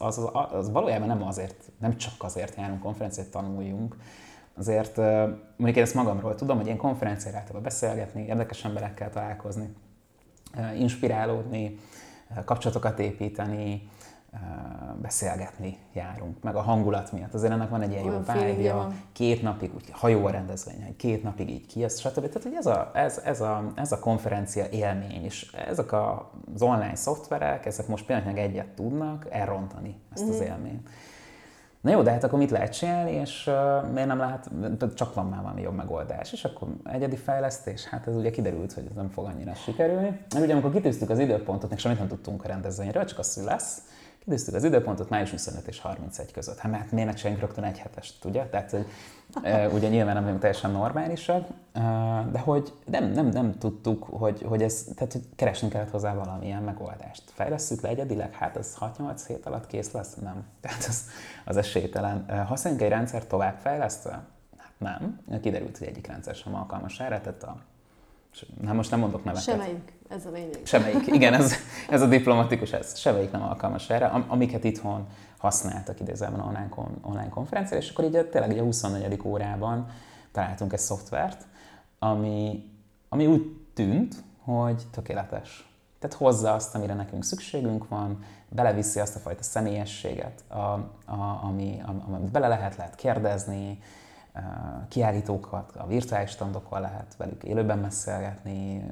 az valójában nem csak azért járunk konferenciát, tanuljunk. Azért mondjuk én ezt magamról tudom, hogy én konferenciára általában beszélgetni, érdekes emberekkel találkozni, inspirálódni, kapcsolatokat építeni, beszélgetni járunk, meg a hangulat miatt. Azért ennek van egy ilyen jó vibe-ja, 2 napig, ha jó a rendezvény, hogy 2 napig így ki, stb. Tehát, hogy ez a konferencia élmény, és ezek az online szoftverek, ezek most pillanatnyilag egyet tudnak elrontani ezt az élményt. Na jó, de hát akkor mit lehet csinálni, és miért nem lehet, csak van már valami jobb megoldás. És akkor egyedi fejlesztés, hát ez ugye kiderült, hogy ez nem fog annyira sikerülni. Mert ugye amikor kitűztük az időpontot, még semmit nem tudtunk a rendezvényről, csak az, hogy lesz, Kidőztük az időpontot május 25 és 31 között. Hát miért ne csináljunk rögtön egy hetest, ugye? Tehát, hogy, ugye nyilván nem vagyunk teljesen normálisak, de hogy nem tudtuk, hogy ez, tehát hogy keresni kellett hozzá valamilyen megoldást. Fejlesszük le egyedileg, hát ez 6-8 hét alatt kész lesz? Nem. Tehát az esélytelen. Használjunk egy rendszert továbbfejlesztve? Hát nem. Kiderült, hogy egyik rendszer sem alkalmas erre, tehát most nem mondok neveket. Semmelyik, ez a lényeg. Semmelyik, igen, ez a diplomatikus, semmelyik nem alkalmas erre, amiket itthon használtak idézőben online konferenciára, és akkor így tényleg a 24. órában találtunk egy szoftvert, ami úgy tűnt, hogy tökéletes. Tehát hozza azt, amire nekünk szükségünk van, beleviszi azt a fajta személyességet, amit bele lehet kérdezni, kiállítókat, a virtuális standokon lehet velük élőben beszélgetni,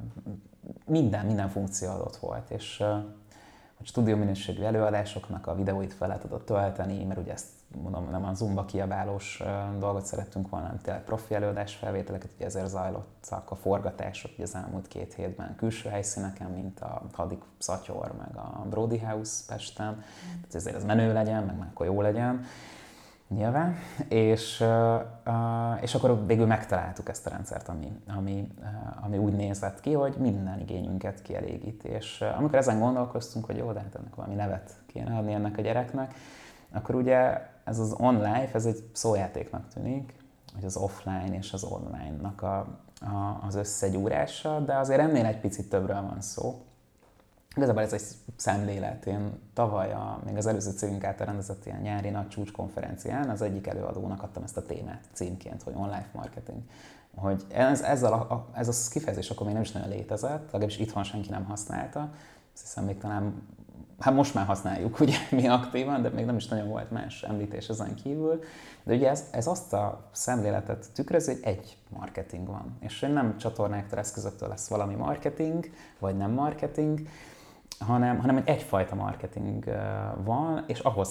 minden funkció adott volt, és a stúdió minőségű előadásoknak a videóit fel lehetett tölteni, mert ugye ezt mondom, nem a Zoom-ba kiabálós dolgot szerettünk volna, hanem tényleg profi előadás felvételeket, ugye ezért zajlottak a forgatások ugye az elmúlt 2 hétben külső helyszíneken, mint a Hadik Szatyor, meg a Brody House Pesten, tehát ezért ez menő legyen, meg akkor jó legyen. Nyilván, és akkor végül megtaláltuk ezt a rendszert, ami úgy nézett ki, hogy minden igényünket kielégít. És amikor ezen gondolkoztunk, hogy jó, de hát ennek valami nevet kéne adni ennek a gyereknek, akkor ugye ez az online, ez egy szójátéknak tűnik, hogy az offline és az online-nak az összegyúrása, de azért ennél egy picit többről van szó. Igazából ez egy szemlélet. Én tavaly még az előző cégünk által rendezett ilyen nyári nagy csúcskonferencián az egyik előadónak adtam ezt a témát címként, hogy online marketing. Hogy ez a kifejezés akkor még nem is nagyon létezett, legalábbis itthon senki nem használta. Azt hiszem még talán, hát most már használjuk ugye mi aktívan, de még nem is nagyon volt más említés ezen kívül. De ugye ez azt a szemléletet tükrözi, hogy egy marketing van. És nem csatornáktól, eszközöktől lesz valami marketing, vagy nem marketing, hanem egyfajta marketing van, és ahhoz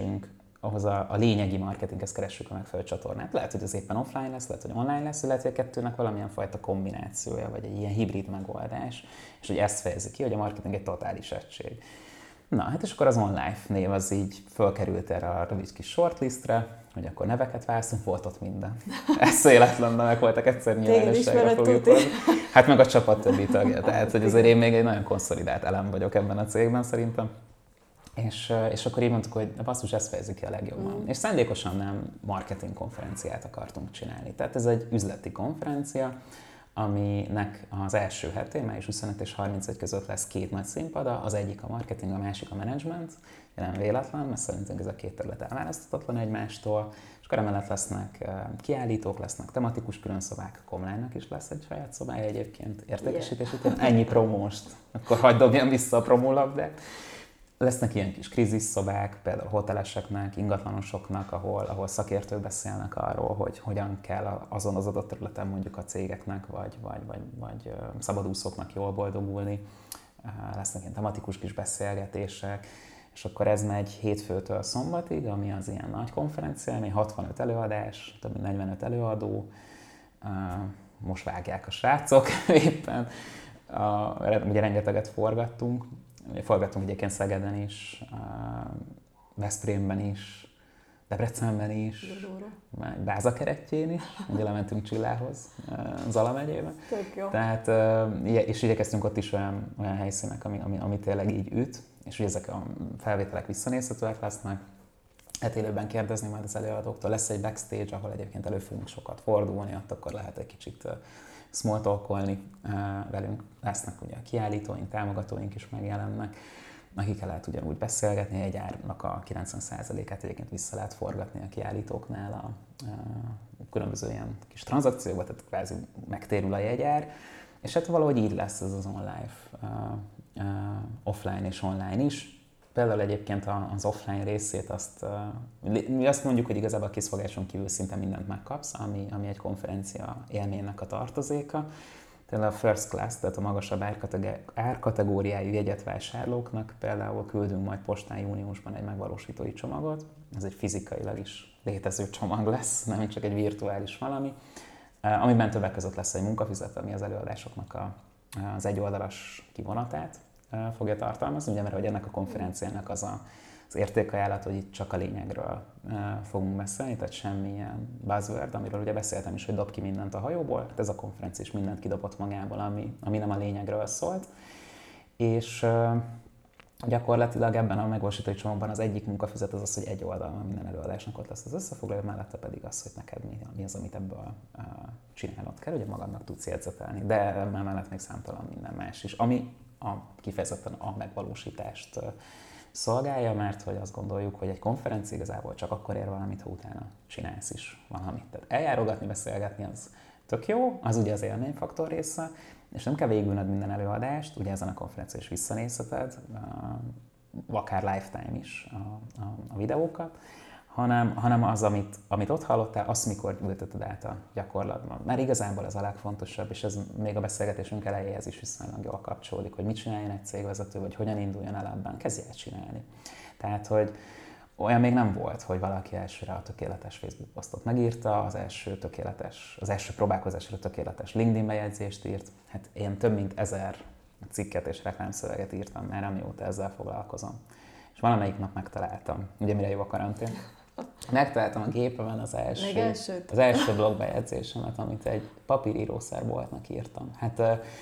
a lényegi marketinghez keressük a megfelelő csatornát. Lehet, hogy az éppen offline lesz, lehet, hogy online lesz, lehet, hogy a kettőnek valamilyen fajta kombinációja, vagy egy ilyen hibrid megoldás, és hogy ezt fejezi ki, hogy a marketing egy totális egység. Na, hát és akkor az online név az így fölkerült erre a rövid kis shortlistre, hogy akkor neveket választunk, volt ott minden. Eszméletlen nevek voltak, egyszer nyilvánosságra fogjuk hozni. Hát meg a csapat többi tagja, tehát hogy azért én még egy nagyon konszolidált elem vagyok ebben a cégben szerintem. És akkor így mondtuk, hogy basszus, ezt fejezzük ki a legjobban. És szándékosan nem marketing konferenciát akartunk csinálni. Tehát ez egy üzleti konferencia, aminek az első hetén, május 25 és 31 között lesz 2 nagy színpada, az egyik a marketing, a másik a management, nem véletlen, mert szerintünk ez a 2 terület elválaszthatatlan egymástól, és akkor emellett lesznek kiállítók, lesznek tematikus különszobák, a Comline-nak is lesz egy saját szobája egyébként, értékesítés után, ennyi promóst, akkor hagyd dobjam vissza a promólabdát. Lesznek ilyen kis krízisszobák, például hoteleseknek, ingatlanosoknak, ahol szakértők beszélnek arról, hogy hogyan kell azon az adott területen mondjuk a cégeknek, vagy szabadúszóknak jól boldogulni. Lesznek ilyen tematikus kis beszélgetések, és akkor ez megy hétfőtől szombatig, ami az ilyen nagy konferencia, ami 65 előadás, több mint 45 előadó, most vágják a srácok éppen, ugye rengeteget forgattunk egyébként Szegeden is, Veszprémben is, Debrecenben is, Bázakerettyén is, ugye lementünk Csillához, Zala megyében. Tök jó. Tehát, és igyekeztünk ott is olyan helyszínek, ami tényleg így üt, és ugye ezek a felvételek visszanézhetőek lesznek. Lehet élőben kérdezni majd az előadóktól. Lesz egy backstage, ahol egyébként elő fogunk sokat fordulni, ott akkor lehet egy kicsit small talkolni velünk. Lesznek ugye a kiállítóink, támogatóink is megjelennek, akikkel lehet ugyanúgy beszélgetni. Egy árnak a 90%-át egyébként vissza lehet forgatni a kiállítóknál a különböző ilyen kis tranzakciókban, tehát kvázi megtérül a jegyár. És hát valahogy így lesz ez az online, offline és online is. Például egyébként az offline részét mi azt mondjuk, hogy igazából a készfogáson kívül szinte mindent megkapsz, ami egy konferencia élménynek a tartozéka. Például a first class, tehát a magasabb árkategóriájú jegyet vásárlóknak például küldünk majd postán júniusban egy megvalósítói csomagot. Ez egy fizikailag is létező csomag lesz, nem csak egy virtuális valami, amiben többek között lesz egy munkafüzet, ami az előadásoknak az egyoldalas kivonatát fogja tartalmazni, ugye, mert hogy ennek a konferenciának az értékajánlat, hogy itt csak a lényegről fogunk beszélni, tehát semmilyen buzzword, amiről ugye beszéltem is, hogy dob ki mindent a hajóból, hát ez a konferencia is mindent kidobott magából, ami nem a lényegről szólt. És gyakorlatilag ebben a megvalósítói csomagban az egyik munkafüzet az, hogy egy oldalon minden előadásnak ott lesz az összefoglaló, mellette pedig az, hogy neked mi az, amit ebből csinálnod kell, ugye magadnak tudsz jegyzetelni, de mellett még számtalan minden más is, ami kifejezetten a megvalósítást szolgálja, mert hogy azt gondoljuk, hogy egy konferencia igazából csak akkor ér valamit, ha utána csinálsz is valamit. Tehát eljárogatni, beszélgetni az tök jó, az ugye az élményfaktor része, és nem kell végigülnöd minden előadást, ugye ezen a konferencián is visszanézheted, akár lifetime is a videókat, hanem az, amit ott hallottál, azt mikor ülteted át a gyakorlatban. Mert igazából ez a legfontosabb, és ez még a beszélgetésünk elejéhez is viszonylag jól kapcsolódik, hogy mit csináljon egy cégvezető, vagy hogyan induljon el ebben, kezdj el csinálni. Tehát, hogy olyan még nem volt, hogy valaki elsőre a tökéletes Facebook posztot megírta, az első próbálkozásra tökéletes LinkedIn bejegyzést írt. Hát én több mint 1000 cikket és reklámszöveget írtam már, amióta ezzel foglalkozom. És valamelyik nap megtaláltam, ugye mire jó a karantén. Megtaláltam a gépemen az első blogbejegyzésemet, amit egy papírírószerboltnak írtam. Hát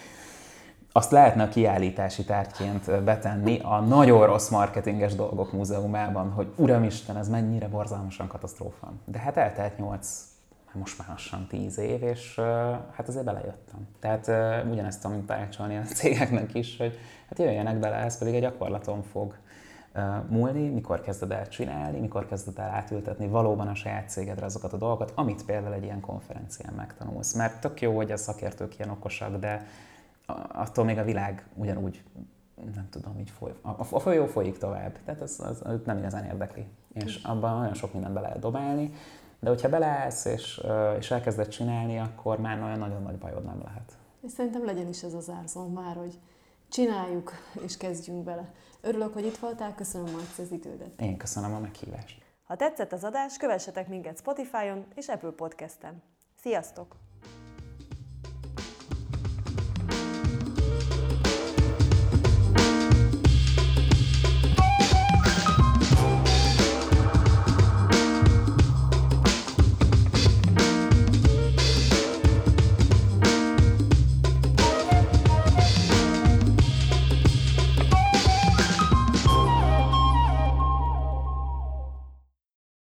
azt lehetne a kiállítási tárgyként betenni a nagyon rossz marketinges dolgok múzeumában, hogy uramisten, ez mennyire borzalmasan katasztrófa. De hát eltelt most már lassan 10 év, és hát azért belejöttem. Tehát ugyanezt tudom tanácsolni a cégeknek is, hogy hát jöjjenek bele, ez pedig egy gyakorlaton fog múlni, mikor kezded el csinálni, mikor kezded el átültetni valóban a saját cégedre azokat a dolgokat, amit például egy ilyen konferencián megtanulsz. Mert tök jó, hogy a szakértők ilyen okosak, de attól még a világ ugyanúgy, nem tudom, így a folyó folyik tovább. Tehát az nem igazán érdekli. És abban olyan sok mindent be lehet dobálni, de hogyha beleállsz és elkezded csinálni, akkor már olyan nagyon nagy bajod nem lehet. És szerintem legyen is ez az zárszó már, hogy csináljuk és kezdjünk bele. Örülök, hogy itt voltál, köszönöm, Marci, az idődet. Én köszönöm a meghívást. Ha tetszett az adás, kövessetek minket Spotify-on és Apple Podcast-en. Sziasztok!